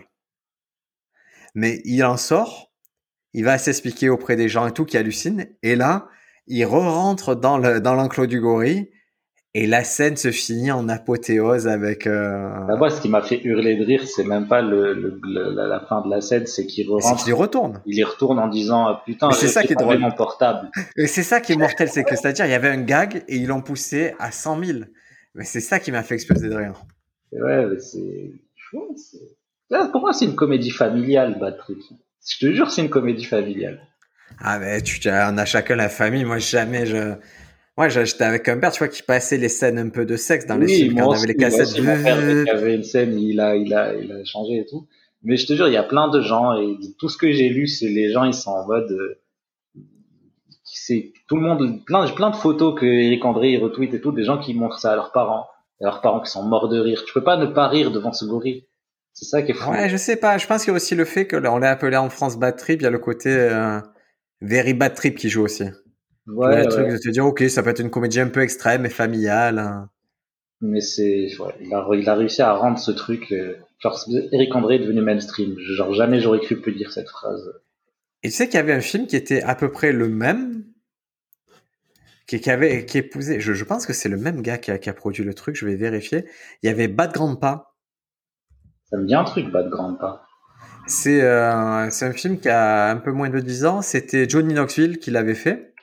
Mais il en sort, il va s'expliquer auprès des gens et tout qui hallucinent et là, il re-rentre dans l'enclos du gorille. Et la scène se finit en apothéose avec. Bah, moi, ce qui m'a fait hurler de rire, c'est même pas la fin de la scène, c'est qu'il C'est qu'il y rentre, retourne. il y retourne en disant, ah, putain, Mais j'ai c'est ça oublié qui est d'enlever drôle. mon portable. Et c'est ça qui est mortel, c'est que c'est-à-dire il y avait un gag et ils l'ont poussé à 100 000. Mais c'est ça qui m'a fait exploser de rire. Et ouais, mais pour moi, c'est une comédie familiale, Bad Trip. Je te jure, c'est une comédie familiale. Ah mais on a chacun la famille. Moi jamais j'étais avec un père, tu vois, qui passait les scènes un peu de sexe dans les Oui, films quand on avait les moi cassettes. aussi, mon père, dès qu'il y avait une scène, il a changé et tout. Mais je te jure, il y a plein de gens, et de tout ce que j'ai lu, c'est les gens, ils sont en mode, c'est tout le monde, plein de photos que Eric André, il retweet et tout, des gens qui montrent ça à leurs parents, et leurs parents qui sont morts de rire. Tu peux pas ne pas rire devant ce gorille. C'est ça qui est fou. Ouais, je sais pas. Je pense qu'il y a aussi le fait que on l'a appelé en France Bad Trip. Il y a le côté Very Bad Trip qui joue aussi. Tu vois, Ouais, le truc ouais. de te dire, ok, ça peut être une comédie un peu extrême et familiale, hein. Mais ouais, il a réussi à rendre ce truc, genre, Eric André est devenu mainstream. Genre, jamais j'aurais cru plus dire cette phrase. Et tu sais qu'il y avait un film qui était à peu près le même, qui épousait, je pense que c'est le même gars qui a produit le truc, je vais vérifier. Il y avait Bad Grandpa. Ça me dit un truc, Bad Grandpa. C'est un film qui a un peu moins de 10 ans. C'était Johnny Knoxville qui l'avait fait.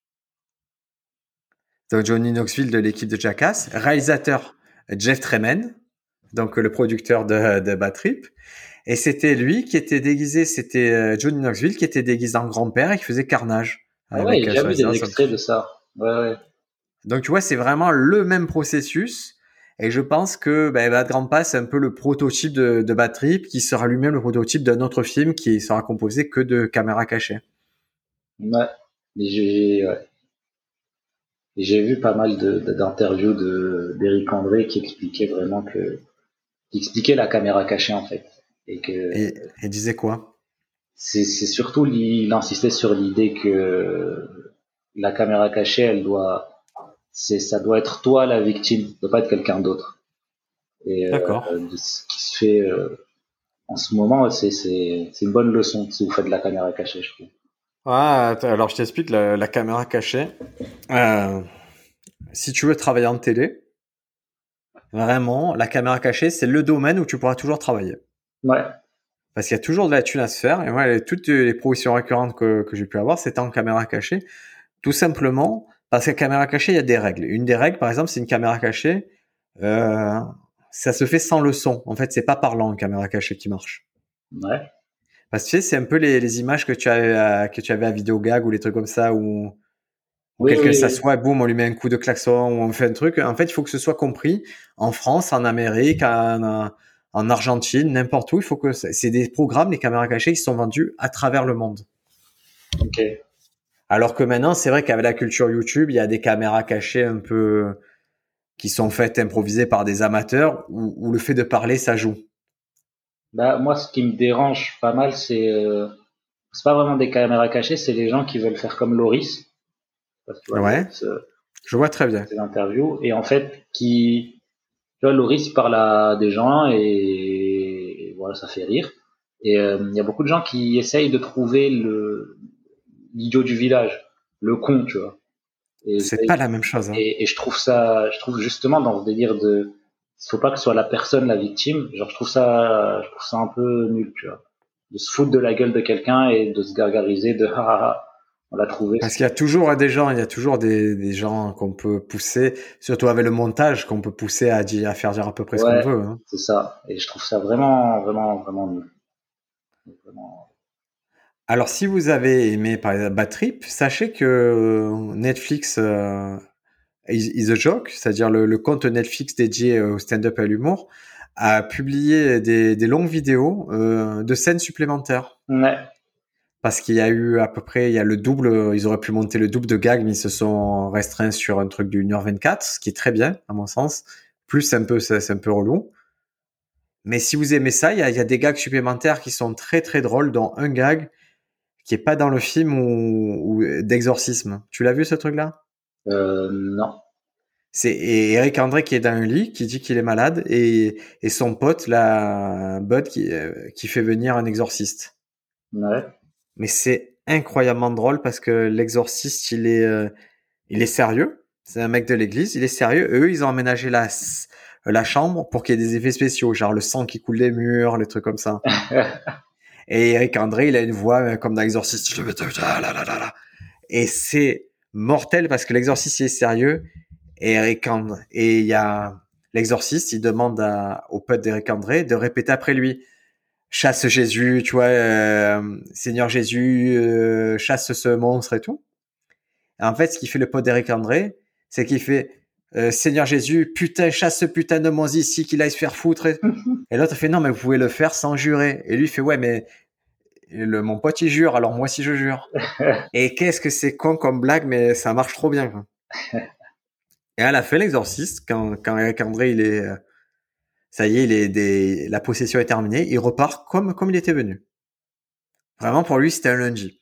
Donc Johnny Knoxville de l'équipe de Jackass. Réalisateur Jeff Tremaine, donc le producteur de Bad Trip. Et c'était lui qui était déguisé, c'était Johnny Knoxville qui était déguisé en grand-père et qui faisait carnage Ah ouais, avec j'ai déjà vu des son extraits de ça. Ouais, ouais. Donc tu vois, c'est vraiment le même processus. Et je pense que Bad Grandpa, c'est un peu le prototype de Bad Trip, qui sera lui-même le prototype d'un autre film qui sera composé que de caméras cachées. Ouais. Mais ouais. Et j'ai vu pas mal d'interviews d'Éric André qui expliquait la caméra cachée en fait. Et que Et disait quoi? c'est surtout, il insistait sur l'idée que la caméra cachée, ça doit être toi la victime, ça doit pas être quelqu'un d'autre. Et D'accord. de ce qui se fait en ce moment, c'est une bonne leçon si vous faites de la caméra cachée, je trouve. Alors je t'explique la caméra cachée. Euh, Si tu veux travailler en télé, vraiment, la caméra cachée, c'est le domaine où tu pourras toujours travailler. Ouais, Parce qu'il y a toujours de la thune à se faire. Et moi, toutes les professions récurrentes que j'ai pu avoir, c'était en caméra cachée. Tout simplement parce que la caméra cachée, il y a des règles. Une des règles, par exemple, c'est une caméra cachée, euh, ça se fait sans le son. En fait, c'est pas parlant une caméra cachée qui marche. ouais. Parce que tu sais, c'est un peu les images que tu avais à Vidéogag ou les trucs comme ça où Oui, quelqu'un oui, oui. s'assoit et boum, on lui met un coup de klaxon ou on fait un truc. En fait, il faut que ce soit compris en France, en Amérique, en Argentine, n'importe où. Il faut que c'est des programmes, les caméras cachées, qui sont vendus à travers le monde. Ok. Alors que maintenant, c'est vrai qu'avec la culture YouTube, il y a des caméras cachées un peu qui sont faites improvisées par des amateurs où le fait de parler, ça joue. Bah, moi, ce qui me dérange pas mal, c'est pas vraiment des caméras cachées, c'est les gens qui veulent faire comme Loris. Parce que tu vois, Ouais, Loris, je vois très bien. ses interviews, et en fait, tu vois, Loris il parle à des gens et voilà, ça fait rire. Et il y a beaucoup de gens qui essayent de trouver l'idiot du village, le con, tu vois. Et, C'est pas la même chose, hein. et je trouve justement dans ce délire il faut pas que ce soit la personne la victime. Genre, je trouve ça un peu nul, tu vois, de se foutre de la gueule de quelqu'un et de se gargariser de ah, ah, ah, on l'a trouvé. Parce qu'il y a toujours des gens, il y a toujours des gens qu'on peut pousser, surtout avec le montage, qu'on peut pousser à faire dire à peu près ce qu'on Ouais, veut, hein. c'est ça. Et je trouve ça vraiment, vraiment, vraiment nul. Vraiment. Alors, si vous avez aimé par exemple Bad Trip, sachez que Netflix is a Joke, c'est-à-dire le compte Netflix dédié au stand-up et à l'humour, a publié des longues vidéos de scènes supplémentaires. Ouais, Parce qu'il y a eu à peu près, il y a le double, ils auraient pu monter le double de gags, mais ils se sont restreints sur un truc d'une heure 24, ce qui est très bien, à mon sens. Plus c'est un peu relou. Mais si vous aimez ça, il y a des gags supplémentaires qui sont très très drôles, dont un gag qui est pas dans le film ou d'exorcisme. Tu l'as vu ce truc-là? non. C'est Eric André qui est dans un lit, qui dit qu'il est malade, et son pote, là, Bud, qui fait venir un exorciste. Ouais. Mais c'est incroyablement drôle parce que l'exorciste, il est sérieux. C'est un mec de l'église, il est sérieux. Eux, ils ont aménagé la chambre pour qu'il y ait des effets spéciaux, genre le sang qui coule des murs, les trucs comme ça. Et Eric André, il a une voix comme dans l'exorciste. Et c'est mortel parce que l'exorciste, il est sérieux. Et il y a l'exorciste, il demande au pote d'Eric André de répéter après lui. Chasse Jésus, tu vois, Seigneur Jésus, chasse ce monstre et tout. Et en fait, ce qu'il fait le pote d'Eric André, c'est qu'il fait Seigneur Jésus, putain, chasse ce putain de monstre ici, qu'il aille se faire foutre. Et l'autre fait non, mais vous pouvez le faire sans jurer. Et lui il fait ouais, mais mon pote il jure, alors moi aussi je jure. Et qu'est-ce que c'est con comme blague, mais ça marche trop bien, quoi. Et à la fin, l'exorciste, quand Eric André, ça y est, la possession est terminée, il repart comme il était venu. Vraiment, pour lui, c'était un lundi.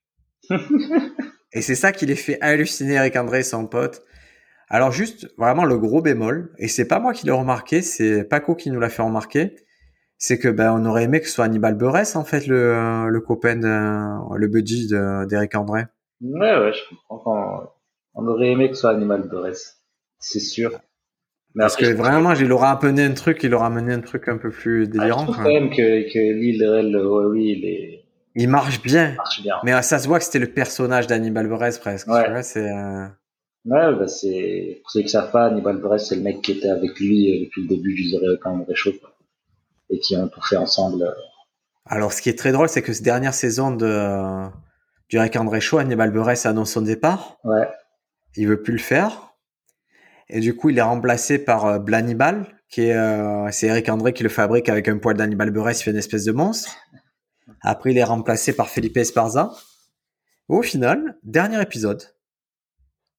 Et c'est ça qui les fait halluciner Eric André et son pote. Alors juste, vraiment, le gros bémol, et c'est pas moi qui l'ai remarqué, c'est Paco qui nous l'a fait remarquer, c'est que on aurait aimé que ce soit Hannibal Buress, en fait, le copain, le buddy d'Eric André. Ouais, ouais, je comprends. On aurait aimé que ce soit Animal Buress, c'est sûr. Mais Parce après, que vraiment, il aura amené un truc un peu plus je délirant, trouve quand quoi. même que Lil Rel, ouais, oui, Il marche il bien, marche bien. mais ça se voit que c'était le personnage d'Hannibal Buress presque, tu Ouais. vois, c'est... Ouais, bah pour ceux qui savent pas, Hannibal Buress, c'est le mec qui était avec lui depuis le début du Zéro quand on réchauffe, quoi. Et qui ont tout fait ensemble. Alors, ce qui est très drôle, c'est que cette dernière saison du Eric André Show, Hannibal Buress annonce son départ. Ouais. Il veut plus le faire. Et du coup, il est remplacé par Blannibal, c'est Eric André qui le fabrique avec un poil d'Hannibal Buress, il fait une espèce de monstre. Après, il est remplacé par Felipe Esparza. Au final, dernier épisode,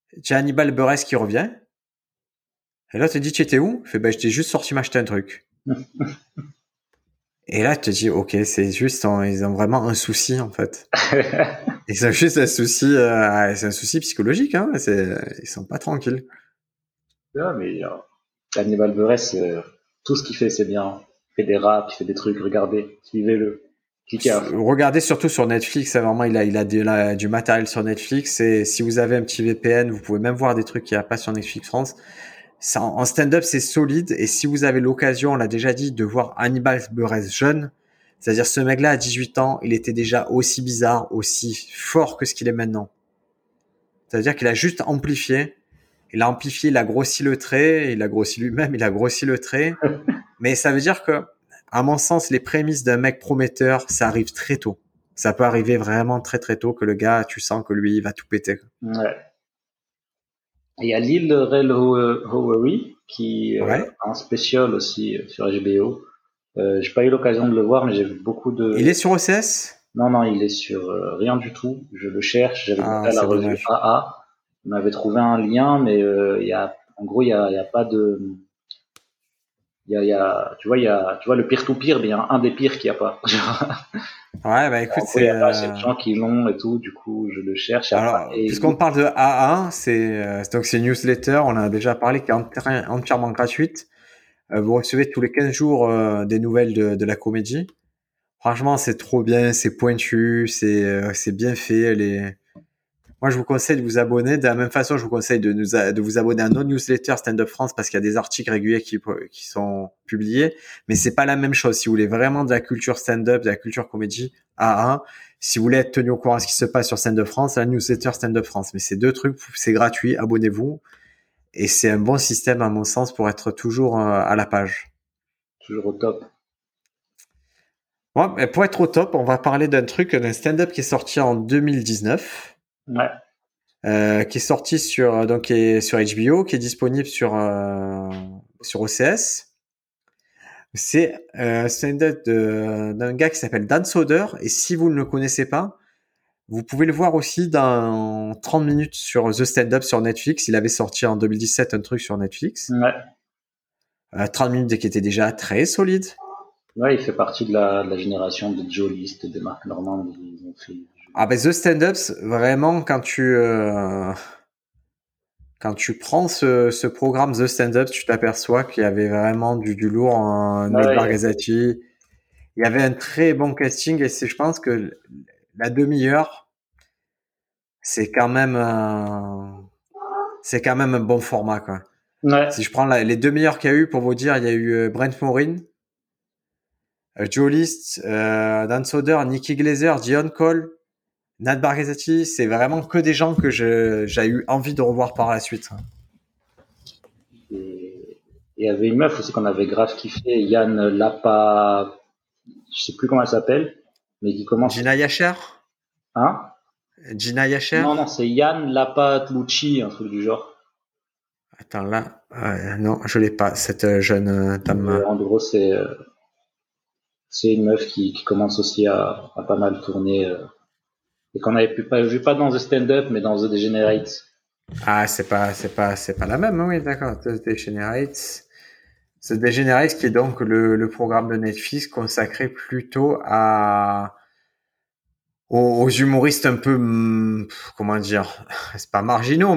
Tu as Hannibal Buress qui revient. Et là, tu te dis, tu étais où? Il fait, ben, j'étais juste sorti m'acheter un truc. Et là, tu te dis, ok, c'est juste, ils ont vraiment un souci, en fait. Ils ont juste un souci, c'est un souci psychologique, hein. Ils sont pas tranquilles. Ouais, mais Hannibal Buress, tout ce qu'il fait, c'est bien. Il fait des raps, il fait des trucs, regardez, suivez-le. Cliquez à fond. Regardez surtout sur Netflix, hein, vraiment, il a du matériel sur Netflix. Et si vous avez un petit VPN, vous pouvez même voir des trucs qu'il n'y a pas sur Netflix France. En stand-up, c'est solide. Et si vous avez l'occasion, on l'a déjà dit, de voir Hannibal Buress jeune, c'est-à-dire ce mec-là à 18 ans, il était déjà aussi bizarre, aussi fort que ce qu'il est maintenant. C'est-à-dire qu'il a juste amplifié. Il a amplifié, il a grossi le trait, il a grossi lui-même, il a grossi le trait. Mais ça veut dire que, à mon sens, les prémices d'un mec prometteur, ça arrive très tôt. Ça peut arriver vraiment très très tôt que le gars, tu sens que lui, il va tout péter. Ouais. Et il y a Lil Rel Howery qui Ouais. a un spécial aussi sur HBO. J'ai pas eu l'occasion de le voir, mais j'ai vu beaucoup de. Il est sur OCS? Non, non, il est sur rien du tout. Je le cherche. J'avais demandé Ah, à la c'est revue dommage. AA. On m'avait trouvé un lien, mais en gros, il y a pas de. Tu vois le pire tout pire, mais il y a un des pires qu'il n'y a pas. Ouais, bah En écoute, gros, il y a pas assez de gens qui l'ont et tout. Du coup, je le cherche. Alors, Et puisqu'on parle de AA, donc c'est une newsletter, on en a déjà parlé, qui est entièrement gratuite. Vous recevez tous les 15 jours des nouvelles de la comédie. Franchement, c'est trop bien, c'est pointu, c'est bien fait. Moi, je vous conseille de vous abonner. De la même façon, je vous conseille de vous abonner à nos newsletters Stand Up France parce qu'il y a des articles réguliers qui sont publiés. Mais c'est pas la même chose. Si vous voulez vraiment de la culture stand-up, de la culture comédie, AA. Si vous voulez être tenu au courant de ce qui se passe sur Stand Up France, la newsletter Stand Up France. Mais ces deux trucs, c'est gratuit. Abonnez-vous. Et c'est un bon système, à mon sens, pour être toujours à la page. toujours au top. Ouais, mais pour être au top, on va parler d'un stand-up qui est sorti en 2019. Ouais. Qui est sorti qui est sur HBO, qui est disponible sur OCS. C'est un stand-up d'un gars qui s'appelle Dan Soder, et si vous ne le connaissez pas, vous pouvez le voir aussi dans 30 minutes sur The Stand-Up sur Netflix. Il avait sorti en 2017 un truc sur Netflix. Ouais. 30 minutes qui était déjà très solide. Ouais, il fait partie de la génération de Joe List, de Mark Normand. Ils ont fait. Ah ben The Stand-Ups, vraiment quand tu prends ce programme The Stand-Up, tu t'aperçois qu'il y avait vraiment du lourd en Nate Ouais, Bargatze. Il y avait un très bon casting et je pense que la demi-heure, c'est quand même un bon format, quoi. ouais. Si je prends les demi-heures qu'il y a eu, pour vous dire, il y a eu Brent Morin, Joe List, Dan Soder, Nikki Glaser, Dion Cole, Nat Bargatze. C'est vraiment que des gens que j'ai eu envie de revoir par la suite. Et il y avait une meuf aussi qu'on avait grave kiffé, Yann Lapa, je sais plus comment elle s'appelle, mais qui commence. Gina Yacher? Hein? Gina Yacher? Non, non, c'est Yann Lapatlucci, un truc du genre. Attends, là, non, je l'ai pas, cette jeune dame. En gros, c'est une meuf qui commence aussi à pas mal tourner, et qu'on avait vu pas dans The Stand-Up, mais dans The Degenerates. Ah, c'est pas la même, hein, oui, d'accord. The Degenerates. The Degenerates, qui est donc le programme de Netflix consacré plutôt aux humoristes un peu, comment dire, c'est pas marginaux,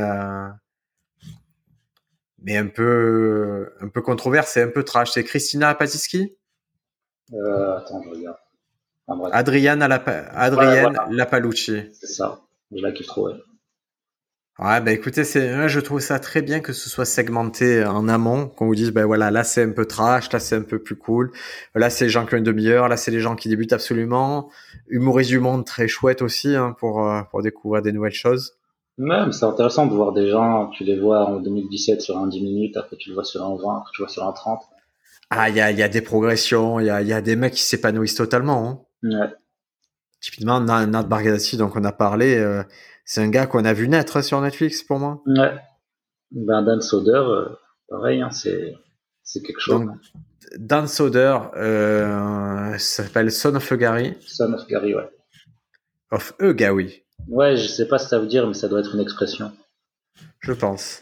mais un peu controversé, un peu trash. C'est Christina Apatiski? Attends, je regarde. Enfin, bref. Ouais, Adrienne voilà, Lapalucci. c'est ça. Je la kiffe trop, ouais. Ouais, bah écoutez, je trouve ça très bien que ce soit segmenté en amont, qu'on vous dise, ben voilà, là c'est un peu trash, là c'est un peu plus cool, là c'est les gens qui ont une demi-heure, là c'est les gens qui débutent absolument, humoriste du monde très chouette aussi, hein, pour découvrir des nouvelles choses. Ouais, mais c'est intéressant de voir des gens, tu les vois en 2017 sur un 10 minutes, après tu le vois sur un 20, après tu le vois sur un 30. Ah, il y a des progressions, il y a des mecs qui s'épanouissent totalement, hein. Ouais, Typiquement, Nat Bargatze, donc on a parlé, c'est un gars qu'on a vu naître sur Netflix pour moi. ouais. Ben, Dan Soder, pareil, hein, c'est quelque chose. Donc, Dan Soder, ça s'appelle Son of a Gary, Son of Gary, ouais. of a Gary. Ouais, je sais pas ce que ça veut dire, mais ça doit être une expression. je pense.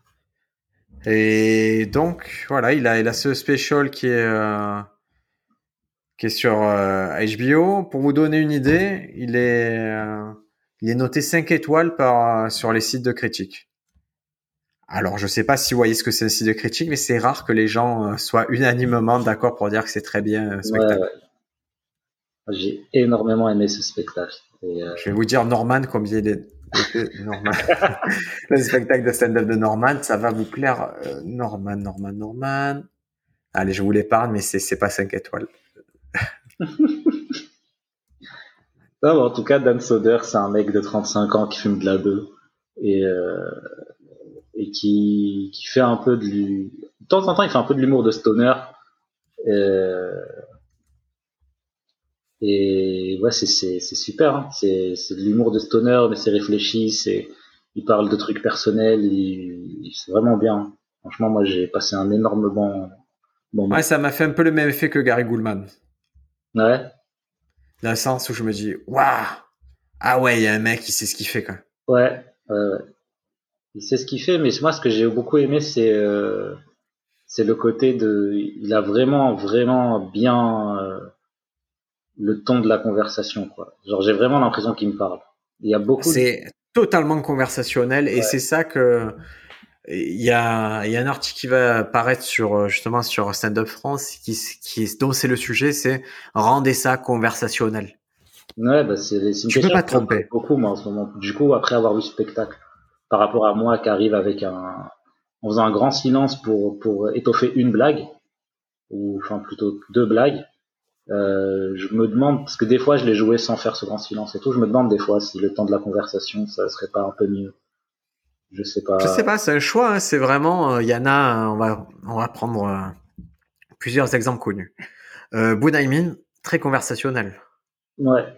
Et donc, voilà, il a ce special qui est sur HBO. Pour vous donner une idée, il est noté 5 étoiles sur les sites de critiques. Alors, je sais pas si vous voyez ce que c'est un site de critique, mais c'est rare que les gens soient unanimement d'accord pour dire que c'est très bien un spectacle. Ouais. J'ai énormément aimé ce spectacle. Je vais vous dire Norman, combien il est Norman. Le spectacle de stand-up de Norman, ça va vous plaire. Norman. Allez, je vous l'épargne, mais c'est pas 5 étoiles. Non, en tout cas, Dan Soder, c'est un mec de 35 ans qui fume de la bœuf et qui fait un peu de temps en temps, il fait un peu de l'humour de stoner. Et ouais, c'est super. Hein. C'est de l'humour de stoner, mais c'est réfléchi. Il parle de trucs personnels. C'est vraiment bien. Franchement, moi, j'ai passé un énorme bon moment. Ouais, ça m'a fait un peu le même effet que Gary Goulman. Ouais. Dans le sens où je me dis, waouh, ah ouais, il y a un mec qui sait ce qu'il fait, quoi. Ouais. Il sait ce qu'il fait, mais moi, ce que j'ai beaucoup aimé, c'est le côté il a vraiment bien le ton de la conversation, quoi. Genre, j'ai vraiment l'impression qu'il me parle. Il y a beaucoup. C'est totalement conversationnel et c'est ça que il y a un article qui va paraître justement sur Stand Up France dont c'est le sujet, c'est rendez ça conversationnel. Ouais, bah c'est une Tu peux question pas que te je me pose tromper. beaucoup moi en ce moment. Du coup, après avoir vu ce spectacle, par rapport à moi qui arrive en faisant un grand silence pour étoffer une blague, ou enfin plutôt deux blagues, je me demande, parce que des fois je l'ai joué sans faire ce grand silence et tout, je me demande des fois si le temps de la conversation, ça serait pas un peu mieux. Je sais Je sais pas. pas, c'est un choix, hein, c'est vraiment il y en a on va prendre plusieurs exemples connus. Bunaimin, très conversationnel. Ouais,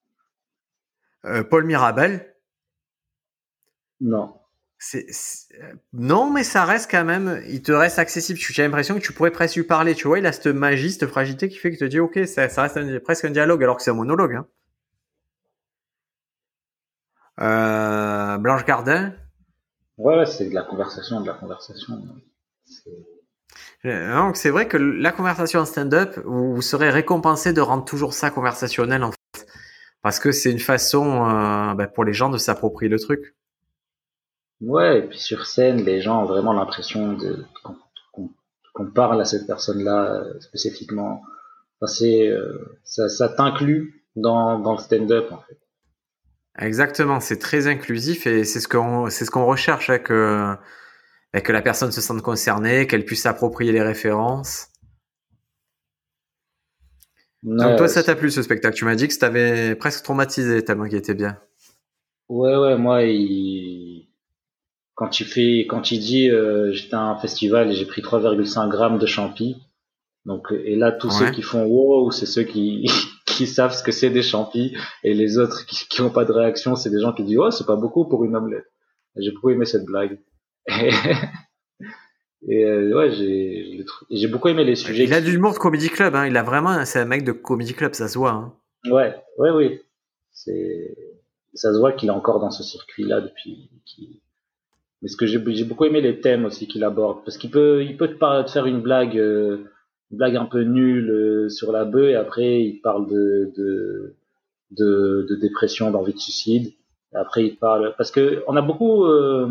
Paul Mirabel, non. non, mais ça reste quand même, il te reste accessible. J'ai l'impression que tu pourrais presque lui parler. Tu vois, il a cette magie, cette fragilité qui fait que tu te dis, ok, ça reste presque un dialogue alors que c'est un monologue. Hein. Blanche Gardin. Ouais, c'est de la conversation. Donc c'est vrai que la conversation en stand-up, vous serez récompensé de rendre toujours ça conversationnel en fait, parce que c'est une façon pour les gens de s'approprier le truc. Ouais, et puis sur scène, les gens ont vraiment l'impression qu'on qu'on parle à cette personne-là spécifiquement. Enfin, ça t'inclut dans le stand-up en fait. Exactement, c'est très inclusif et c'est ce qu'on recherche, hein, que la personne se sente concernée, qu'elle puisse s'approprier les références. Donc Ouais, toi, ça t'a plu ce spectacle? Tu m'as dit que ça t'avait presque traumatisé tellement qu'il était bien. ouais, moi, quand il dit j'étais à un festival et j'ai pris 3,5 grammes de champi, donc et là tous ceux Ouais. qui font wow, c'est ceux qui qui savent ce que c'est des champis, et les autres qui ont pas de réaction, c'est des gens qui disent oh c'est pas beaucoup pour une omelette. J'ai beaucoup aimé cette blague. Et ouais, j'ai beaucoup aimé les sujets Il a de l'humour de Comedy Club, hein. Il a vraiment, c'est un mec de Comedy Club, ça se voit. Hein. Ouais, oui. C'est, ça se voit qu'il est encore dans ce circuit-là mais ce que j'ai beaucoup aimé les thèmes aussi qu'il aborde, parce il peut te faire une blague un peu nulle sur la bœuf, et après il parle de dépression, d'envie de suicide. Et après il parle, parce que on a beaucoup,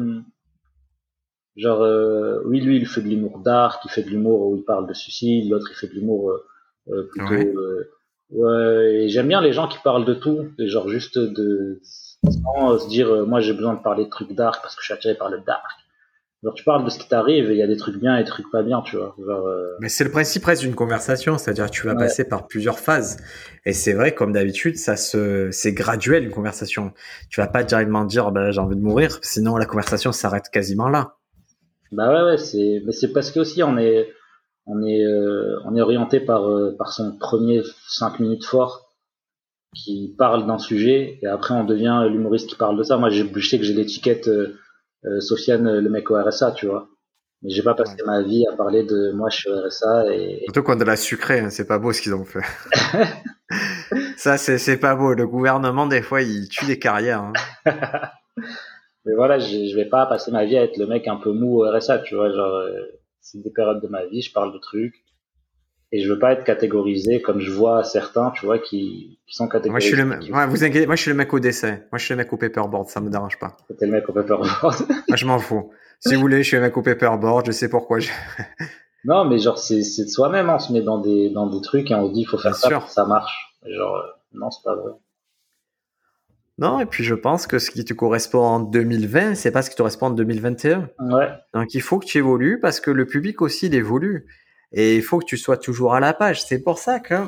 genre, oui, lui, il fait de l'humour dark, il fait de l'humour où il parle de suicide, l'autre, il fait de l'humour plutôt. Ouais. Ouais, et j'aime bien les gens qui parlent de tout, et genre juste sans se dire, moi j'ai besoin de parler de trucs dark parce que je suis attiré par le dark. Genre, tu parles de ce qui t'arrive, et il y a des trucs bien et des trucs pas bien, tu vois. Genre, Mais c'est le principe presque d'une conversation, c'est-à-dire que tu vas ouais, passer par plusieurs phases. Et c'est vrai, comme d'habitude, c'est graduel une conversation. Tu vas pas directement dire, j'ai envie de mourir, sinon la conversation s'arrête quasiment là. bah ouais, mais c'est parce que aussi on est orienté par son premier 5 minutes fort qui parle d'un sujet, et après on devient l'humoriste qui parle de ça. Moi, je sais que j'ai l'étiquette Sofiane, le mec au RSA, tu vois. Mais j'ai pas passé Ouais. ma vie à parler de moi, je suis au RSA et Surtout quand de la sucrée, hein, c'est pas beau ce qu'ils ont fait. Ça, c'est pas beau. Le gouvernement, des fois, il tue des carrières. Hein. Mais voilà, je vais pas passer ma vie à être le mec un peu mou au RSA, tu vois, genre, c'est des périodes de ma vie, je parle de trucs, et je veux pas être catégorisé comme je vois certains, tu vois, qui sont Moi, je suis catégorisés, qui ouais, vous inquiétez, moi, je suis le mec au dessin. Moi, je suis le mec au paperboard, ça me dérange pas. étaient le mec au paperboard. Moi, je m'en fous. Si vous voulez, je suis le mec au paperboard, je sais pourquoi. Non, mais genre, c'est de soi-même, hein, on se met dans des trucs et on se dit, il faut Bien faire ça pour que sûr. ça marche. Genre, non, c'est pas vrai. Non, et puis je pense que ce qui te correspond en 2020, c'est pas ce qui te correspond en 2021. Ouais, Donc il faut que tu évolues parce que le public aussi il évolue. Et il faut que tu sois toujours à la page. C'est pour ça que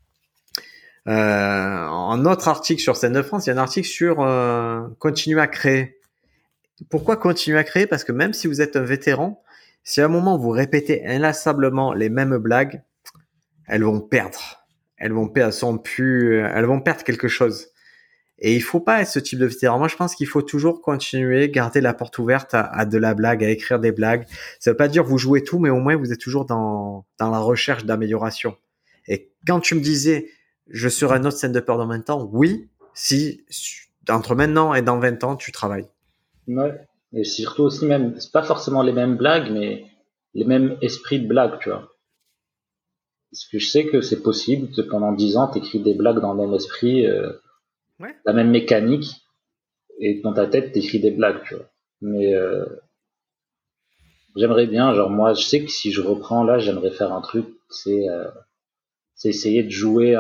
en autre article sur Scène de France, il y a un article sur continuer à créer. Pourquoi continuer à créer? Parce que même si vous êtes un vétéran, si à un moment vous répétez inlassablement les mêmes blagues, elles vont perdre. Elles vont perdre, elles vont perdre quelque chose. Et il faut pas être ce type de vétéran. Moi, je pense qu'il faut toujours continuer, garder la porte ouverte à de la blague, à écrire des blagues. Ça veut pas dire vous jouez tout, mais au moins vous êtes toujours dans la recherche d'amélioration. Et quand tu me disais, je serai un autre stand-upper dans 20 ans, oui, si entre maintenant et dans 20 ans, tu travailles. ouais. Et surtout aussi même, c'est pas forcément les mêmes blagues, mais les mêmes esprits de blagues, tu vois. Parce que je sais que c'est possible que pendant 10 ans, t'écris des blagues dans le même esprit, Ouais. la même mécanique, et dans ta tête, t'écris des blagues, tu vois. Mais j'aimerais bien, genre moi, je sais que si je reprends là, j'aimerais faire un truc, c'est essayer de jouer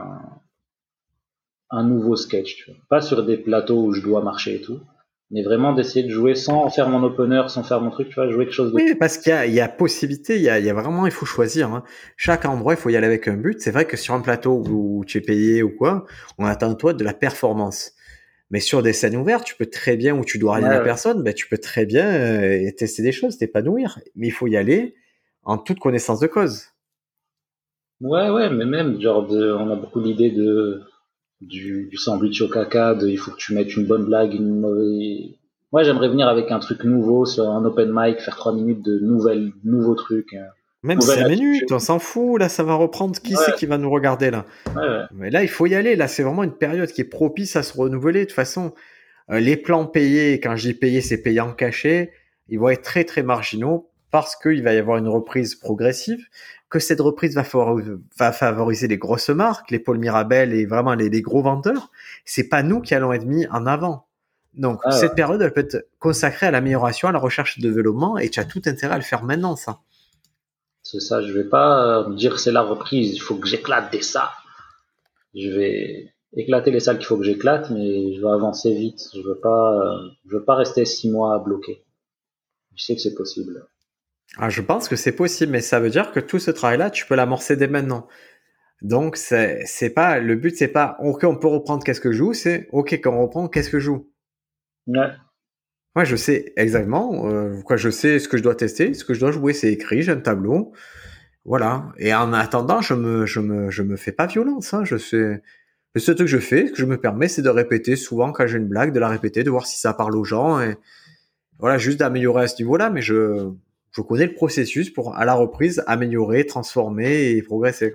un nouveau sketch, tu vois. Pas sur des plateaux où je dois marcher et tout, mais vraiment d'essayer de jouer sans faire mon opener, sans faire mon truc, tu vois, jouer quelque chose de... Oui, parce il y a possibilité, il y a vraiment, il faut choisir. Hein. Chaque endroit, il faut y aller avec un but. C'est vrai que sur un plateau où tu es payé ou quoi, on attend de toi de la performance. Mais sur des scènes ouvertes, tu peux très bien, où tu dois rien Ouais, à ouais. personne, ben, tu peux très bien tester des choses, t'épanouir. Mais il faut y aller en toute connaissance de cause. Ouais, ouais, mais même, genre, on a beaucoup l'idée du sandwich au caca, il faut que tu mettes une bonne blague, une mauvaise... Moi, j'aimerais venir avec un truc nouveau sur un open mic, faire 3 minutes de nouveaux trucs, Même nouvelle 5 attitude. minutes, on s'en fout, là, ça va reprendre. Qui c'est Ouais, qui va nous regarder, là? ouais, ouais. Mais là, il faut y aller. Là, c'est vraiment une période qui est propice à se renouveler. De toute façon, les plans payés, quand je dis payés, c'est payé en cachet, ils vont être très très marginaux parce qu'il va y avoir une reprise progressive, que cette reprise va favoriser les grosses marques, les Paul Mirabel et vraiment les gros vendeurs. C'est pas nous qui allons être mis en avant. Donc Ouais, cette ouais. période, elle peut être consacrée à l'amélioration, à la recherche de développement, et tu as tout intérêt à le faire maintenant, ça. C'est ça, je vais pas me dire c'est la reprise, il faut que j'éclate des salles. Je vais éclater les salles qu'il faut que j'éclate, mais je vais avancer vite. Je veux pas rester 6 mois bloqué. Je sais que c'est possible. Ah, je pense que c'est possible, mais ça veut dire que tout ce travail-là, tu peux l'amorcer dès maintenant. Donc, c'est pas, le but, c'est pas, OK, on peut reprendre qu'est-ce que je joue, c'est, OK, quand on reprend, qu'est-ce que je joue? Ouais, Moi, je sais exactement, quoi, je sais ce que je dois tester, ce que je dois jouer, c'est écrit, j'ai un tableau, voilà. Et en attendant, je me fais pas violence, hein, je sais, le seul truc que je fais, que je me permets, c'est de répéter souvent quand j'ai une blague, de la répéter, de voir si ça parle aux gens, et voilà, juste d'améliorer à ce niveau-là, mais je connais le processus pour, à la reprise, améliorer, transformer et progresser.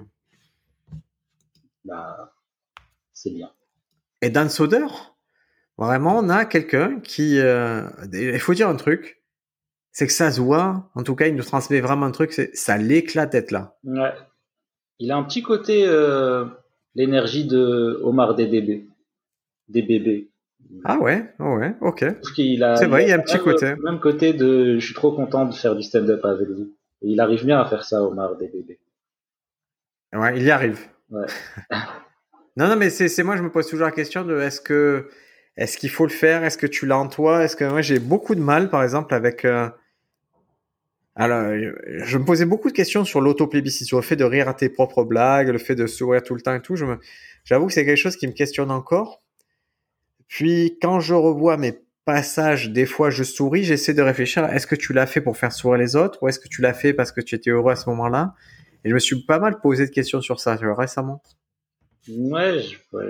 bah, c'est bien. Et Dan Soder, vraiment, on a quelqu'un qui, il faut dire un truc, c'est que ça se voit, en tout cas, il nous transmet vraiment un truc, c'est, ça l'éclate d'être là. Ouais. Il a un petit côté, l'énergie de Omar des bébés. Ah ouais, oh ouais, ok. Je trouve qu'il C'est il vrai, a il y a un petit côté. le même côté de je suis trop content de faire du stand-up avec vous. Et il arrive bien à faire ça, Omar des bébés. Ouais, il y arrive. Ouais. Non, non, mais c'est moi, je me pose toujours la question de est-ce qu'il faut le faire? Est-ce que tu l'as en toi? Est-ce que moi, j'ai beaucoup de mal, par exemple, avec, alors, je me posais beaucoup de questions sur l'autoplébiscite, sur le fait de rire à tes propres blagues, le fait de sourire tout le temps et tout. J'avoue que c'est quelque chose qui me questionne encore. Puis, quand je revois mes passages, des fois, je souris, j'essaie de réfléchir, est-ce que tu l'as fait pour faire sourire les autres ou est-ce que tu l'as fait parce que tu étais heureux à ce moment-là? Et je me suis pas mal posé de questions sur ça, tu vois, récemment. Ouais,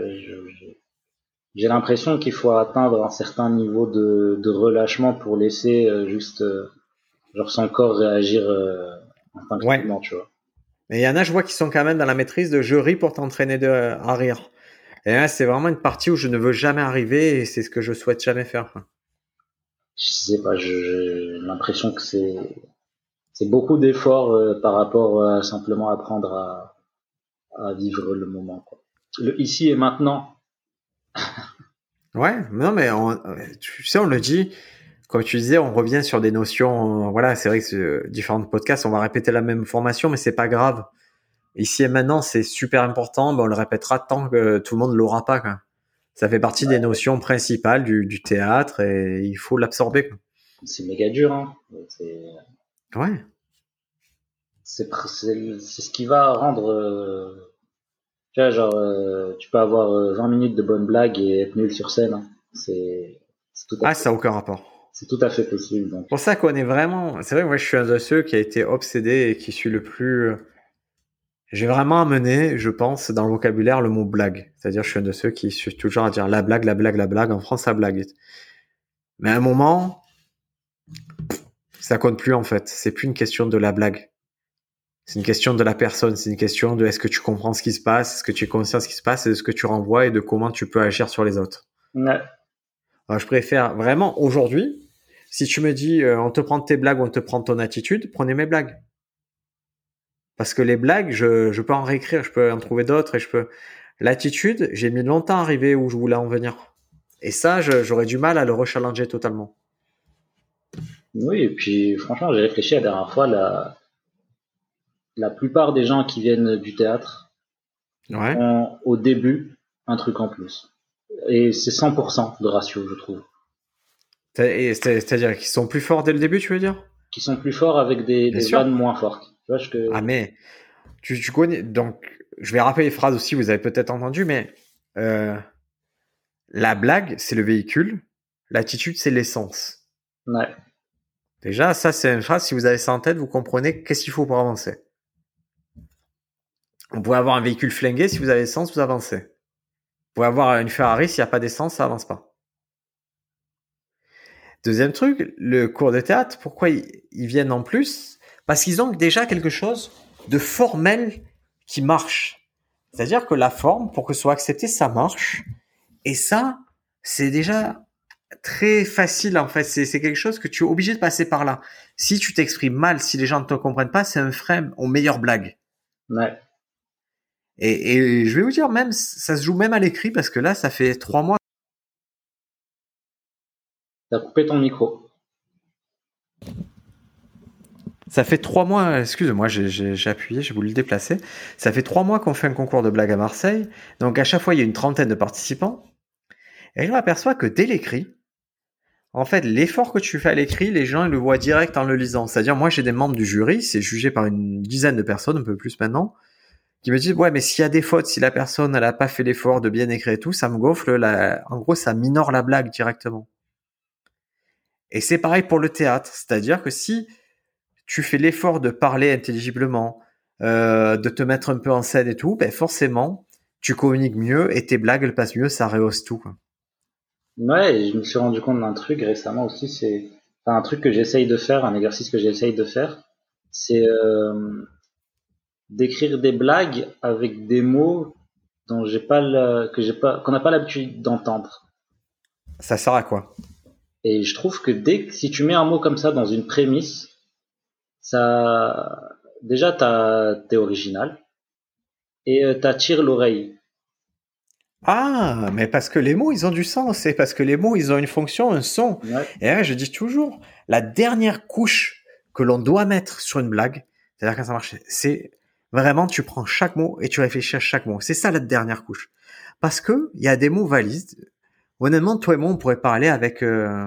j'ai l'impression qu'il faut atteindre un certain niveau de relâchement pour laisser juste genre son corps réagir Ouais. instinctivement, tu vois. Mais il y en a, je vois, qui sont quand même dans la maîtrise de je ris pour t'entraîner à rire. Et là, c'est vraiment une partie où je ne veux jamais arriver et c'est ce que je souhaite jamais faire. je sais pas, j'ai l'impression que c'est beaucoup d'efforts par rapport à simplement apprendre à vivre le moment, quoi. Le ici et maintenant. Ouais, non, mais tu sais, on le dit, comme tu disais, on revient sur des notions. Voilà, c'est vrai que différents podcasts, on va répéter la même formation, mais c'est pas grave. Ici et maintenant, c'est super important. Ben, on le répétera tant que tout le monde l'aura pas, quoi. Ça fait partie des notions principales du théâtre et il faut l'absorber, quoi. C'est méga dur, hein. C'est, Ouais. c'est ce qui va rendre, tu vois, genre, tu peux avoir 20 minutes de bonnes blagues et être nul sur scène, hein. C'est tout à Ah, fait, ça n'a aucun rapport. c'est tout à fait possible, donc. C'est pour ça qu'on est vraiment. C'est vrai que moi, je suis un de ceux qui a été obsédé et qui suis le plus. J'ai vraiment amené, je pense, dans le vocabulaire le mot blague. C'est-à-dire, je suis un de ceux qui suis toujours à dire la blague, la blague, la blague. En France, la blague. Mais à un moment, ça compte plus en fait. C'est plus une question de la blague. C'est une question de la personne. C'est une question de est-ce que tu comprends ce qui se passe, est-ce que tu es conscient de ce qui se passe, et de ce que tu renvoies et de comment tu peux agir sur les autres. Ouais. Alors, je préfère vraiment aujourd'hui, si tu me dis on te prend tes blagues, on te prend ton attitude, prenez mes blagues. Parce que les blagues, je peux en réécrire, je peux en trouver d'autres et je peux. L'attitude, j'ai mis longtemps à arriver où je voulais en venir. Et ça, j'aurais du mal à le rechallenger totalement. Oui, et puis, franchement, j'ai réfléchi la dernière fois, la plupart des gens qui viennent du théâtre Ouais. ont, au début, un truc en plus. Et c'est 100% de ratio, je trouve. C'est-à-dire qu'ils sont plus forts dès le début, tu veux dire? Qui sont plus forts avec Bien des sûr. vannes moins fortes. Tu vois, Ah mais tu connais donc je vais rappeler les phrases aussi, vous avez peut-être entendu, mais euh, la blague c'est le véhicule, l'attitude c'est l'essence. ouais. Déjà ça c'est une phrase, si vous avez ça en tête, vous comprenez qu'est-ce qu'il faut pour avancer. Vous pouvez avoir un véhicule flingué, si vous avez l'essence, vous avancez. Vous pouvez avoir une Ferrari, s'il n'y a pas d'essence, ça avance pas. Deuxième truc, le cours de théâtre, pourquoi ils viennent en plus? Parce qu'ils ont déjà quelque chose de formel qui marche. C'est-à-dire que la forme, pour que ce soit accepté, ça marche. Et ça, c'est déjà très facile en fait. C'est quelque chose que tu es obligé de passer par là. Si tu t'exprimes mal, si les gens ne te comprennent pas, c'est un frein aux meilleures blagues. Ouais. Et je vais vous dire, même ça se joue même à l'écrit parce que là, ça fait 3 mois. T'as coupé ton micro. Ça fait 3 mois, excuse-moi, j'ai appuyé, j'ai voulu le déplacer. Ça fait 3 mois qu'on fait un concours de blagues à Marseille. Donc à chaque fois, il y a une trentaine de participants. Et je m'aperçois que dès l'écrit, en fait, l'effort que tu fais à l'écrit, les gens ils le voient direct en le lisant. C'est-à-dire, moi, j'ai des membres du jury, c'est jugé par une dizaine de personnes, un peu plus maintenant, qui me disent, ouais, mais s'il y a des fautes, si la personne, elle a pas fait l'effort de bien écrire et tout, ça me gonfle, en gros, ça minore la blague directement. Et c'est pareil pour le théâtre. C'est-à-dire que si tu fais l'effort de parler intelligiblement, de te mettre un peu en scène et tout, ben forcément, tu communiques mieux et tes blagues elles passent mieux, ça rehausse tout, quoi. Ouais, et je me suis rendu compte d'un truc récemment aussi, c'est enfin, un truc que j'essaye de faire, un exercice que j'essaye de faire, c'est d'écrire des blagues avec des mots dont qu'on n'a pas l'habitude d'entendre. Ça sert à quoi? Et je trouve que si tu mets un mot comme ça dans une prémisse, ça, déjà t'es original et t'attires l'oreille. Ah, mais parce que les mots, ils ont du sens, c'est parce que les mots, ils ont une fonction, un son. Ouais, Et là, je dis toujours, la dernière couche que l'on doit mettre sur une blague, c'est-à-dire quand ça marche, c'est vraiment, tu prends chaque mot et tu réfléchis à chaque mot. C'est ça la dernière couche. Parce que il y a des mots valides. Honnêtement, toi et moi, on pourrait parler avec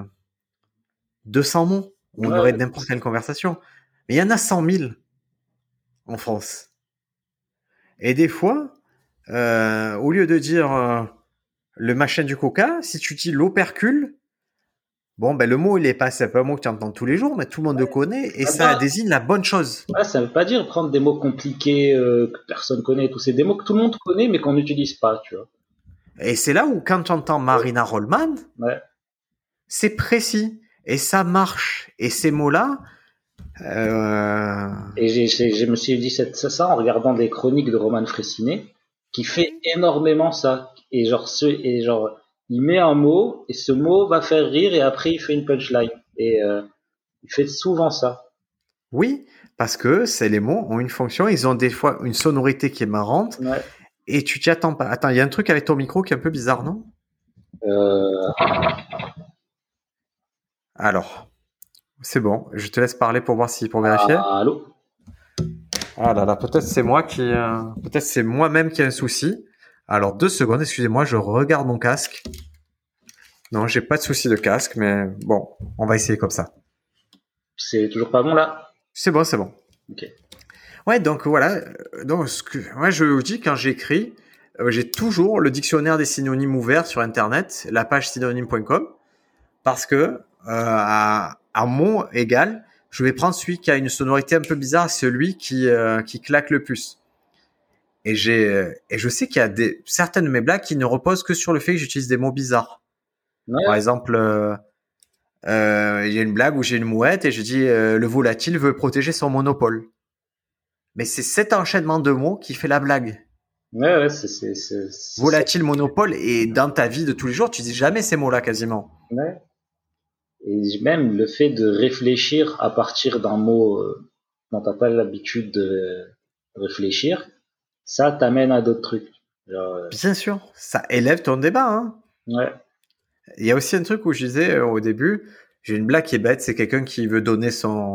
200 mots. On aurait ouais, n'importe quelle conversation. Mais il y en a 100 000 en France. Et des fois, au lieu de dire le machin du coca, si tu dis l'opercule, bon, ben le mot, il est pas, c'est pas un mot que tu entends tous les jours, mais tout le monde le connaît et ça veut ça pas, désigne la bonne chose. ouais, ça veut pas dire prendre des mots compliqués que personne connaît et tout. C'est des mots que tout le monde connaît mais qu'on n'utilise pas, tu vois. Et c'est là où, quand tu entends Marina Rollman, Ouais. c'est précis et ça marche. Et ces mots-là, euh, Et je me suis dit ça en regardant des chroniques de Roman Frécinet, qui fait énormément ça. Et genre, il met un mot et ce mot va faire rire et après il fait une punchline. Et il fait souvent ça. Oui, parce que les mots ont une fonction, ils ont des fois une sonorité qui est marrante Ouais. et tu t'y attends pas. Attends, il y a un truc avec ton micro qui est un peu bizarre, non? Euh, Alors, c'est bon, je te laisse parler pour vérifier. allô? Ah là là, peut-être c'est moi-même qui ai un souci. Alors 2 secondes, excusez-moi, je regarde mon casque. Non, j'ai pas de souci de casque, mais bon, on va essayer comme ça. C'est toujours pas bon là? C'est bon, c'est bon. Ok. Ouais, donc voilà. Donc, moi, je vous dis, quand j'écris, j'ai toujours le dictionnaire des synonymes ouvert sur Internet, la page synonyme.com, parce que à mot égal, je vais prendre celui qui a une sonorité un peu bizarre, celui qui claque le plus. Et je sais qu'il y a certaines de mes blagues qui ne reposent que sur le fait que j'utilise des mots bizarres. Ouais, Par exemple, il y a une blague où j'ai une mouette et je dis le volatile veut protéger son monopole. Mais c'est cet enchaînement de mots qui fait la blague. ouais, Volatile, monopole, et dans ta vie de tous les jours, tu dis jamais ces mots-là quasiment. ouais. Et même le fait de réfléchir à partir d'un mot dont t'as pas l'habitude de réfléchir, ça t'amène à d'autres trucs. Genre, Bien sûr, ça élève ton débat. Hein. ouais, Il y a aussi un truc où je disais au début, j'ai une blague qui est bête, c'est quelqu'un qui veut donner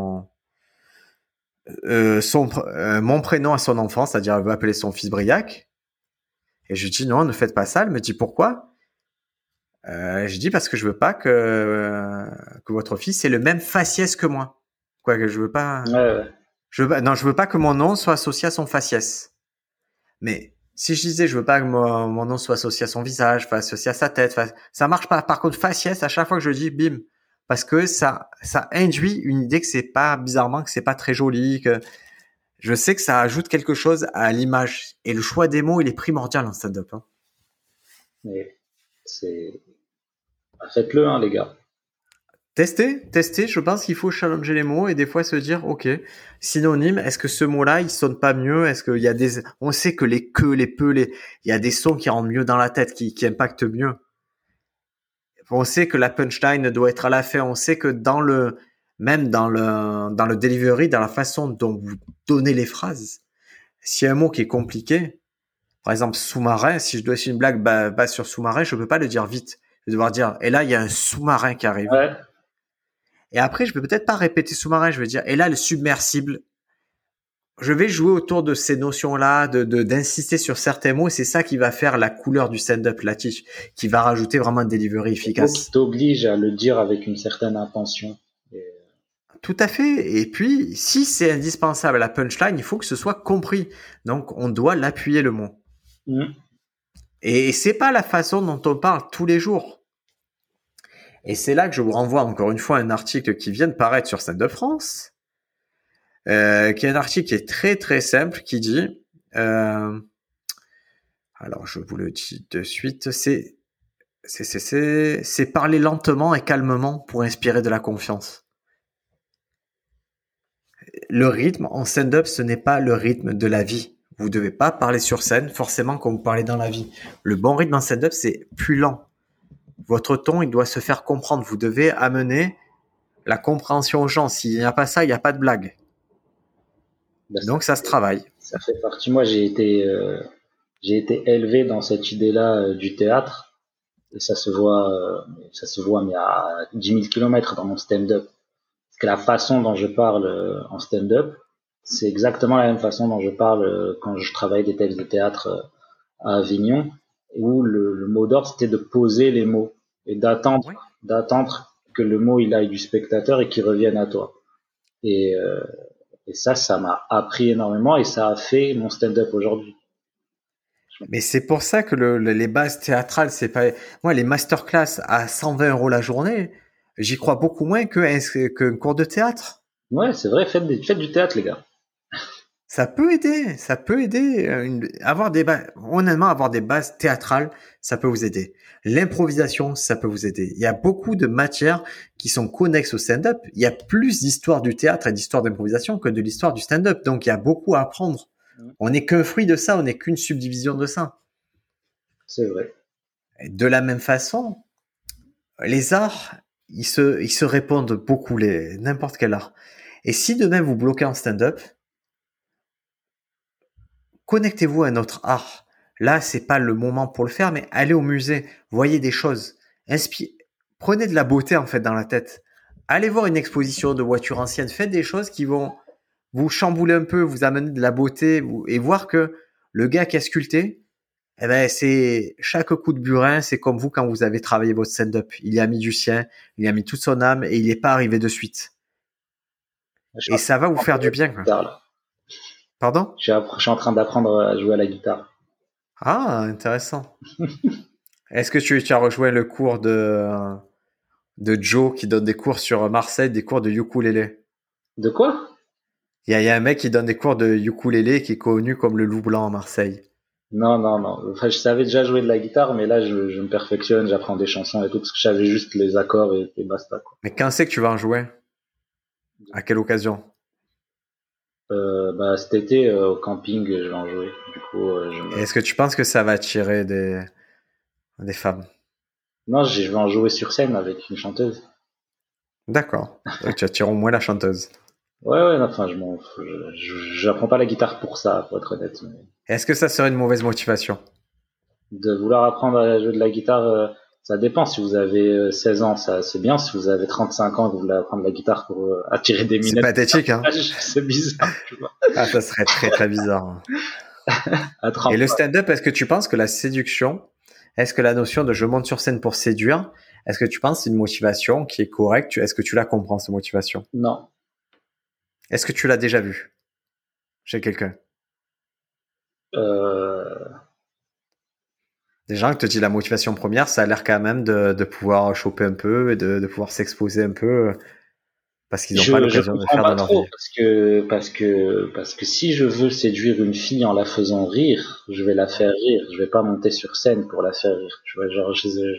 mon prénom à son enfant, c'est-à-dire elle veut appeler son fils Briac. Et je dis non, ne faites pas ça. Elle me dit pourquoi? Je dis parce que je veux pas que votre fils ait le même faciès que moi. Quoi que je veux pas. ouais. Non, je veux pas que mon nom soit associé à son faciès. Mais si je disais je veux pas que mon nom soit associé à son visage, associé à sa tête, ça marche pas. Par contre, faciès, à chaque fois que je le dis, bim, parce que ça induit une idée que c'est pas bizarrement que c'est pas très joli, que je sais que ça ajoute quelque chose à l'image. Et le choix des mots, il est primordial en stand-up. Hein. Mais c'est, faites-le, hein, les gars. Tester, je pense qu'il faut challenger les mots et des fois se dire, ok, synonyme, est-ce que ce mot-là, il sonne pas mieux? Est-ce qu'il y a on sait que les que, les peu, il y a des sons qui rendent mieux dans la tête, qui impactent mieux. On sait que la punchline doit être à la fin. On sait que même dans le delivery, dans la façon dont vous donnez les phrases, s'il y a un mot qui est compliqué, par exemple, sous-marin, si je dois faire une blague base sur sous-marin, je peux pas le dire vite. Je vais devoir dire, et là, il y a un sous-marin qui arrive. Ouais. Et après, je vais peut-être pas répéter sous-marin, je vais dire, et là, le submersible. Je vais jouer autour de ces notions-là, d'insister sur certains mots, et c'est ça qui va faire la couleur du stand-up latif, qui va rajouter vraiment un delivery efficace. Qui t'oblige à le dire avec une certaine intention. Tout à fait. Et puis, si c'est indispensable à la punchline, il faut que ce soit compris. Donc, on doit l'appuyer le mot. Et c'est pas la façon dont on parle tous les jours. Et c'est là que je vous renvoie encore une fois à un article qui vient de paraître sur Stand Up France, qui est un article qui est très très simple, qui dit, alors je vous le dis de suite, c'est parler lentement et calmement pour inspirer de la confiance. Le rythme en stand-up, ce n'est pas le rythme de la vie. Vous devez pas parler sur scène forcément comme vous parlez dans la vie. Le bon rythme en stand-up, c'est plus lent. Votre ton, il doit se faire comprendre. Vous devez amener la compréhension aux gens. S'il n'y a pas ça, il n'y a pas de blague. Donc ça se travaille. Ça fait partie. Moi, j'ai été élevé dans cette idée-là du théâtre. Et ça se voit mais à 10 000 kilomètres dans mon stand-up. Parce que la façon dont je parle en stand-up, c'est exactement la même façon dont je parle quand je travaille des textes de théâtre à Avignon, où le mot d'ordre, c'était de poser les mots et d'attendre que le mot il aille du spectateur et qu'il revienne à toi. Et ça m'a appris énormément et ça a fait mon stand-up aujourd'hui. Mais c'est pour ça que les bases théâtrales, c'est pas... Moi, les masterclass à 120 € la journée, j'y crois beaucoup moins qu'un cours de théâtre. Ouais, c'est vrai, faites du théâtre, les gars. Ça peut aider. Honnêtement, avoir des bases théâtrales, ça peut vous aider. L'improvisation, ça peut vous aider. Il y a beaucoup de matières qui sont connexes au stand-up. Il y a plus d'histoire du théâtre et d'histoire d'improvisation que de l'histoire du stand-up. Donc, il y a beaucoup à apprendre. On n'est qu'un fruit de ça, on n'est qu'une subdivision de ça. C'est vrai. De la même façon, les arts, ils se répondent beaucoup, n'importe quel art. Et si demain vous bloquez en stand-up, connectez-vous à un autre art. Là, c'est pas le moment pour le faire, mais allez au musée, voyez des choses, prenez de la beauté en fait dans la tête. Allez voir une exposition de voitures anciennes, faites des choses qui vont vous chambouler un peu, vous amener de la beauté et voir que le gars qui a sculpté, eh ben, c'est chaque coup de burin, c'est comme vous quand vous avez travaillé votre stand-up. Il y a mis du sien, il y a mis toute son âme et il n'est pas arrivé de suite. Et ça va vous faire du bien, quoi. Pardon? Je suis en train d'apprendre à jouer à la guitare. Ah, intéressant. Est-ce que tu as rejoint le cours de Joe qui donne des cours sur Marseille, des cours de ukulélé? De quoi? Il y a un mec qui donne des cours de ukulélé qui est connu comme le loup blanc à Marseille. Non. Enfin, je savais déjà jouer de la guitare, mais là, je me perfectionne, j'apprends des chansons et tout, parce que je savais juste les accords et basta, quoi. Mais quand c'est que tu vas en jouer? À quelle occasion? Cet été, au camping, je vais en jouer. Du coup, Est-ce que tu penses que ça va attirer des femmes? Non, je vais en jouer sur scène avec une chanteuse. D'accord. Donc tu attires au moins la chanteuse. Ouais, non, enfin, j'apprends pas la guitare pour ça, pour être honnête. Mais Est-ce que ça serait une mauvaise motivation? de vouloir apprendre à jouer de la guitare, ça dépend. Si vous avez 16 ans, ça c'est bien. Si vous avez 35 ans et que vous voulez apprendre la guitare pour attirer des minettes, c'est pathétique, hein? c'est bizarre, tu vois. Ah, ça serait très très bizarre. Et le stand-up, est-ce que tu penses que la séduction, est-ce que la notion de je monte sur scène pour séduire, est-ce que tu penses que c'est une motivation qui est correcte? Est-ce que tu la comprends, cette motivation? Non. Est-ce que tu l'as déjà vue chez quelqu'un? Des gens qui te disent la motivation première, ça a l'air quand même de pouvoir choper un peu et de pouvoir s'exposer un peu parce qu'ils n'ont pas l'occasion de le faire dans leur vie. Parce que si je veux séduire une fille en la faisant rire, je vais la faire rire. Je vais pas monter sur scène pour la faire rire. Tu vois, genre,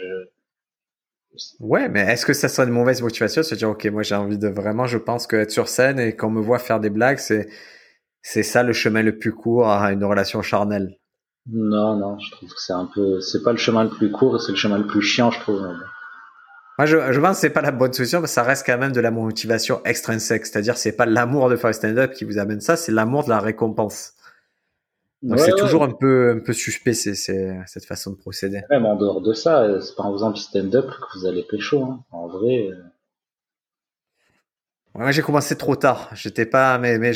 Ouais, mais est-ce que ça serait une mauvaise motivation de se dire, ok, moi j'ai envie de vraiment, je pense qu'être sur scène et qu'on me voit faire des blagues, c'est ça le chemin le plus court à une relation charnelle. Non, je trouve que c'est pas le chemin le plus court, c'est le chemin le plus chiant, je trouve. Moi, je pense que c'est pas la bonne solution, mais ça reste quand même de la motivation extrinsèque. C'est-à-dire, c'est pas l'amour de faire stand-up qui vous amène ça, c'est l'amour de la récompense. Donc, c'est toujours un peu suspect, cette façon de procéder. Même en dehors de ça, c'est pas en faisant du stand-up que vous allez pécho, hein. En vrai. Moi, j'ai commencé trop tard. J'étais pas, mais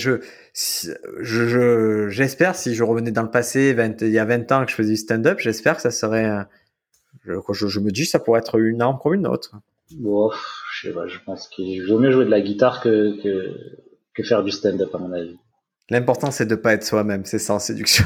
j'espère si je revenais dans le passé, il y a 20 ans que je faisais du stand-up, j'espère que ça serait, je me dis, ça pourrait être une arme comme une autre. Bon, je sais pas, je pense qu'il vaut mieux jouer de la guitare que faire du stand-up, à mon avis. L'important, c'est de pas être soi-même, c'est ça en séduction.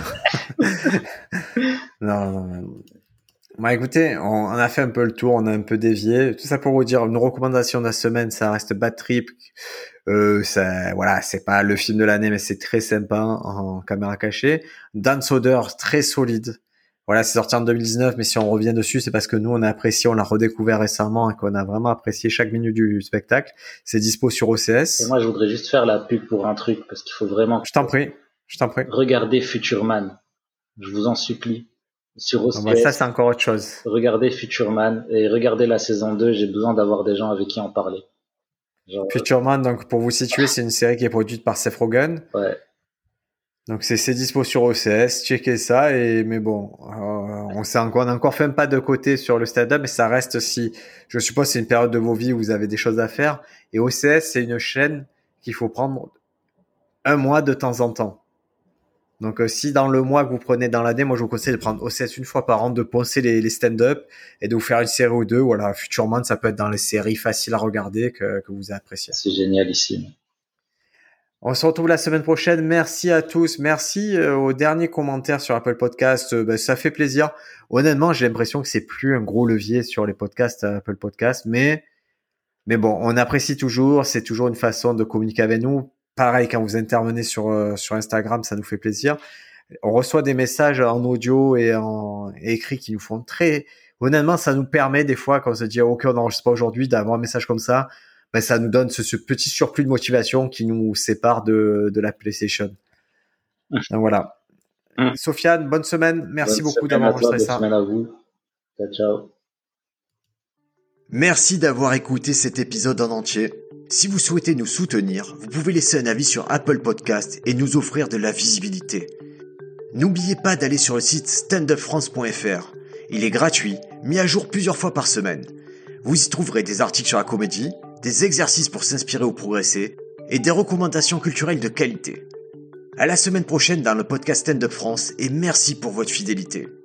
Non. Bon, écoutez, on a fait un peu le tour, on a un peu dévié. Tout ça pour vous dire, une recommandation de la semaine, ça reste Bad Trip. Voilà, c'est pas le film de l'année, mais c'est très sympa en caméra cachée. Dan Soder, très solide. Voilà, c'est sorti en 2019, mais si on revient dessus, c'est parce que nous, on a apprécié, on l'a redécouvert récemment et qu'on a vraiment apprécié chaque minute du spectacle. C'est dispo sur OCS. Et moi, je voudrais juste faire la pub pour un truc, parce qu'il faut vraiment... Je t'en prie. Regardez Future Man. Je vous en supplie. Sur OCS. Bah, ça, c'est encore autre chose. Regardez Future Man et regardez la saison 2. J'ai besoin d'avoir des gens avec qui en parler. Genre... Future Man, donc, pour vous situer, c'est une série qui est produite par Seth Rogen. Ouais. Donc c'est dispo sur OCS, checkez ça mais bon, on a encore fait un pas de côté sur le stand-up, mais ça reste je suppose c'est une période de vos vies où vous avez des choses à faire et OCS c'est une chaîne qu'il faut prendre un mois de temps en temps. Donc si dans le mois que vous prenez dans l'année, moi je vous conseille de prendre OCS une fois par an, de poncer les stand-up et de vous faire une série ou deux. Voilà, Future Man, ça peut être dans les séries faciles à regarder que vous appréciez. C'est génial ici. On se retrouve la semaine prochaine. Merci à tous. Merci aux derniers commentaires sur Apple Podcast. Ça fait plaisir. Honnêtement, j'ai l'impression que c'est plus un gros levier sur les podcasts Apple Podcast, mais bon, on apprécie toujours. C'est toujours une façon de communiquer avec nous. Pareil, quand vous intervenez sur Instagram, ça nous fait plaisir. On reçoit des messages en audio et en écrit qui nous font très... Honnêtement, ça nous permet des fois, quand on se dit « Ok, on n'enregistre pas aujourd'hui », d'avoir un message comme ça. Ben, ça nous donne ce petit surplus de motivation qui nous sépare de la PlayStation. Donc voilà. Sofiane, bonne semaine. Merci beaucoup d'avoir enregistré ça. Bonne semaine à vous. Ciao, ciao. Merci d'avoir écouté cet épisode en entier. Si vous souhaitez nous soutenir, vous pouvez laisser un avis sur Apple Podcast et nous offrir de la visibilité. N'oubliez pas d'aller sur le site standupfrance.fr. Il est gratuit, mis à jour plusieurs fois par semaine. Vous y trouverez des articles sur la comédie, des exercices pour s'inspirer ou progresser, et des recommandations culturelles de qualité. À la semaine prochaine dans le podcast Stand Up France et merci pour votre fidélité.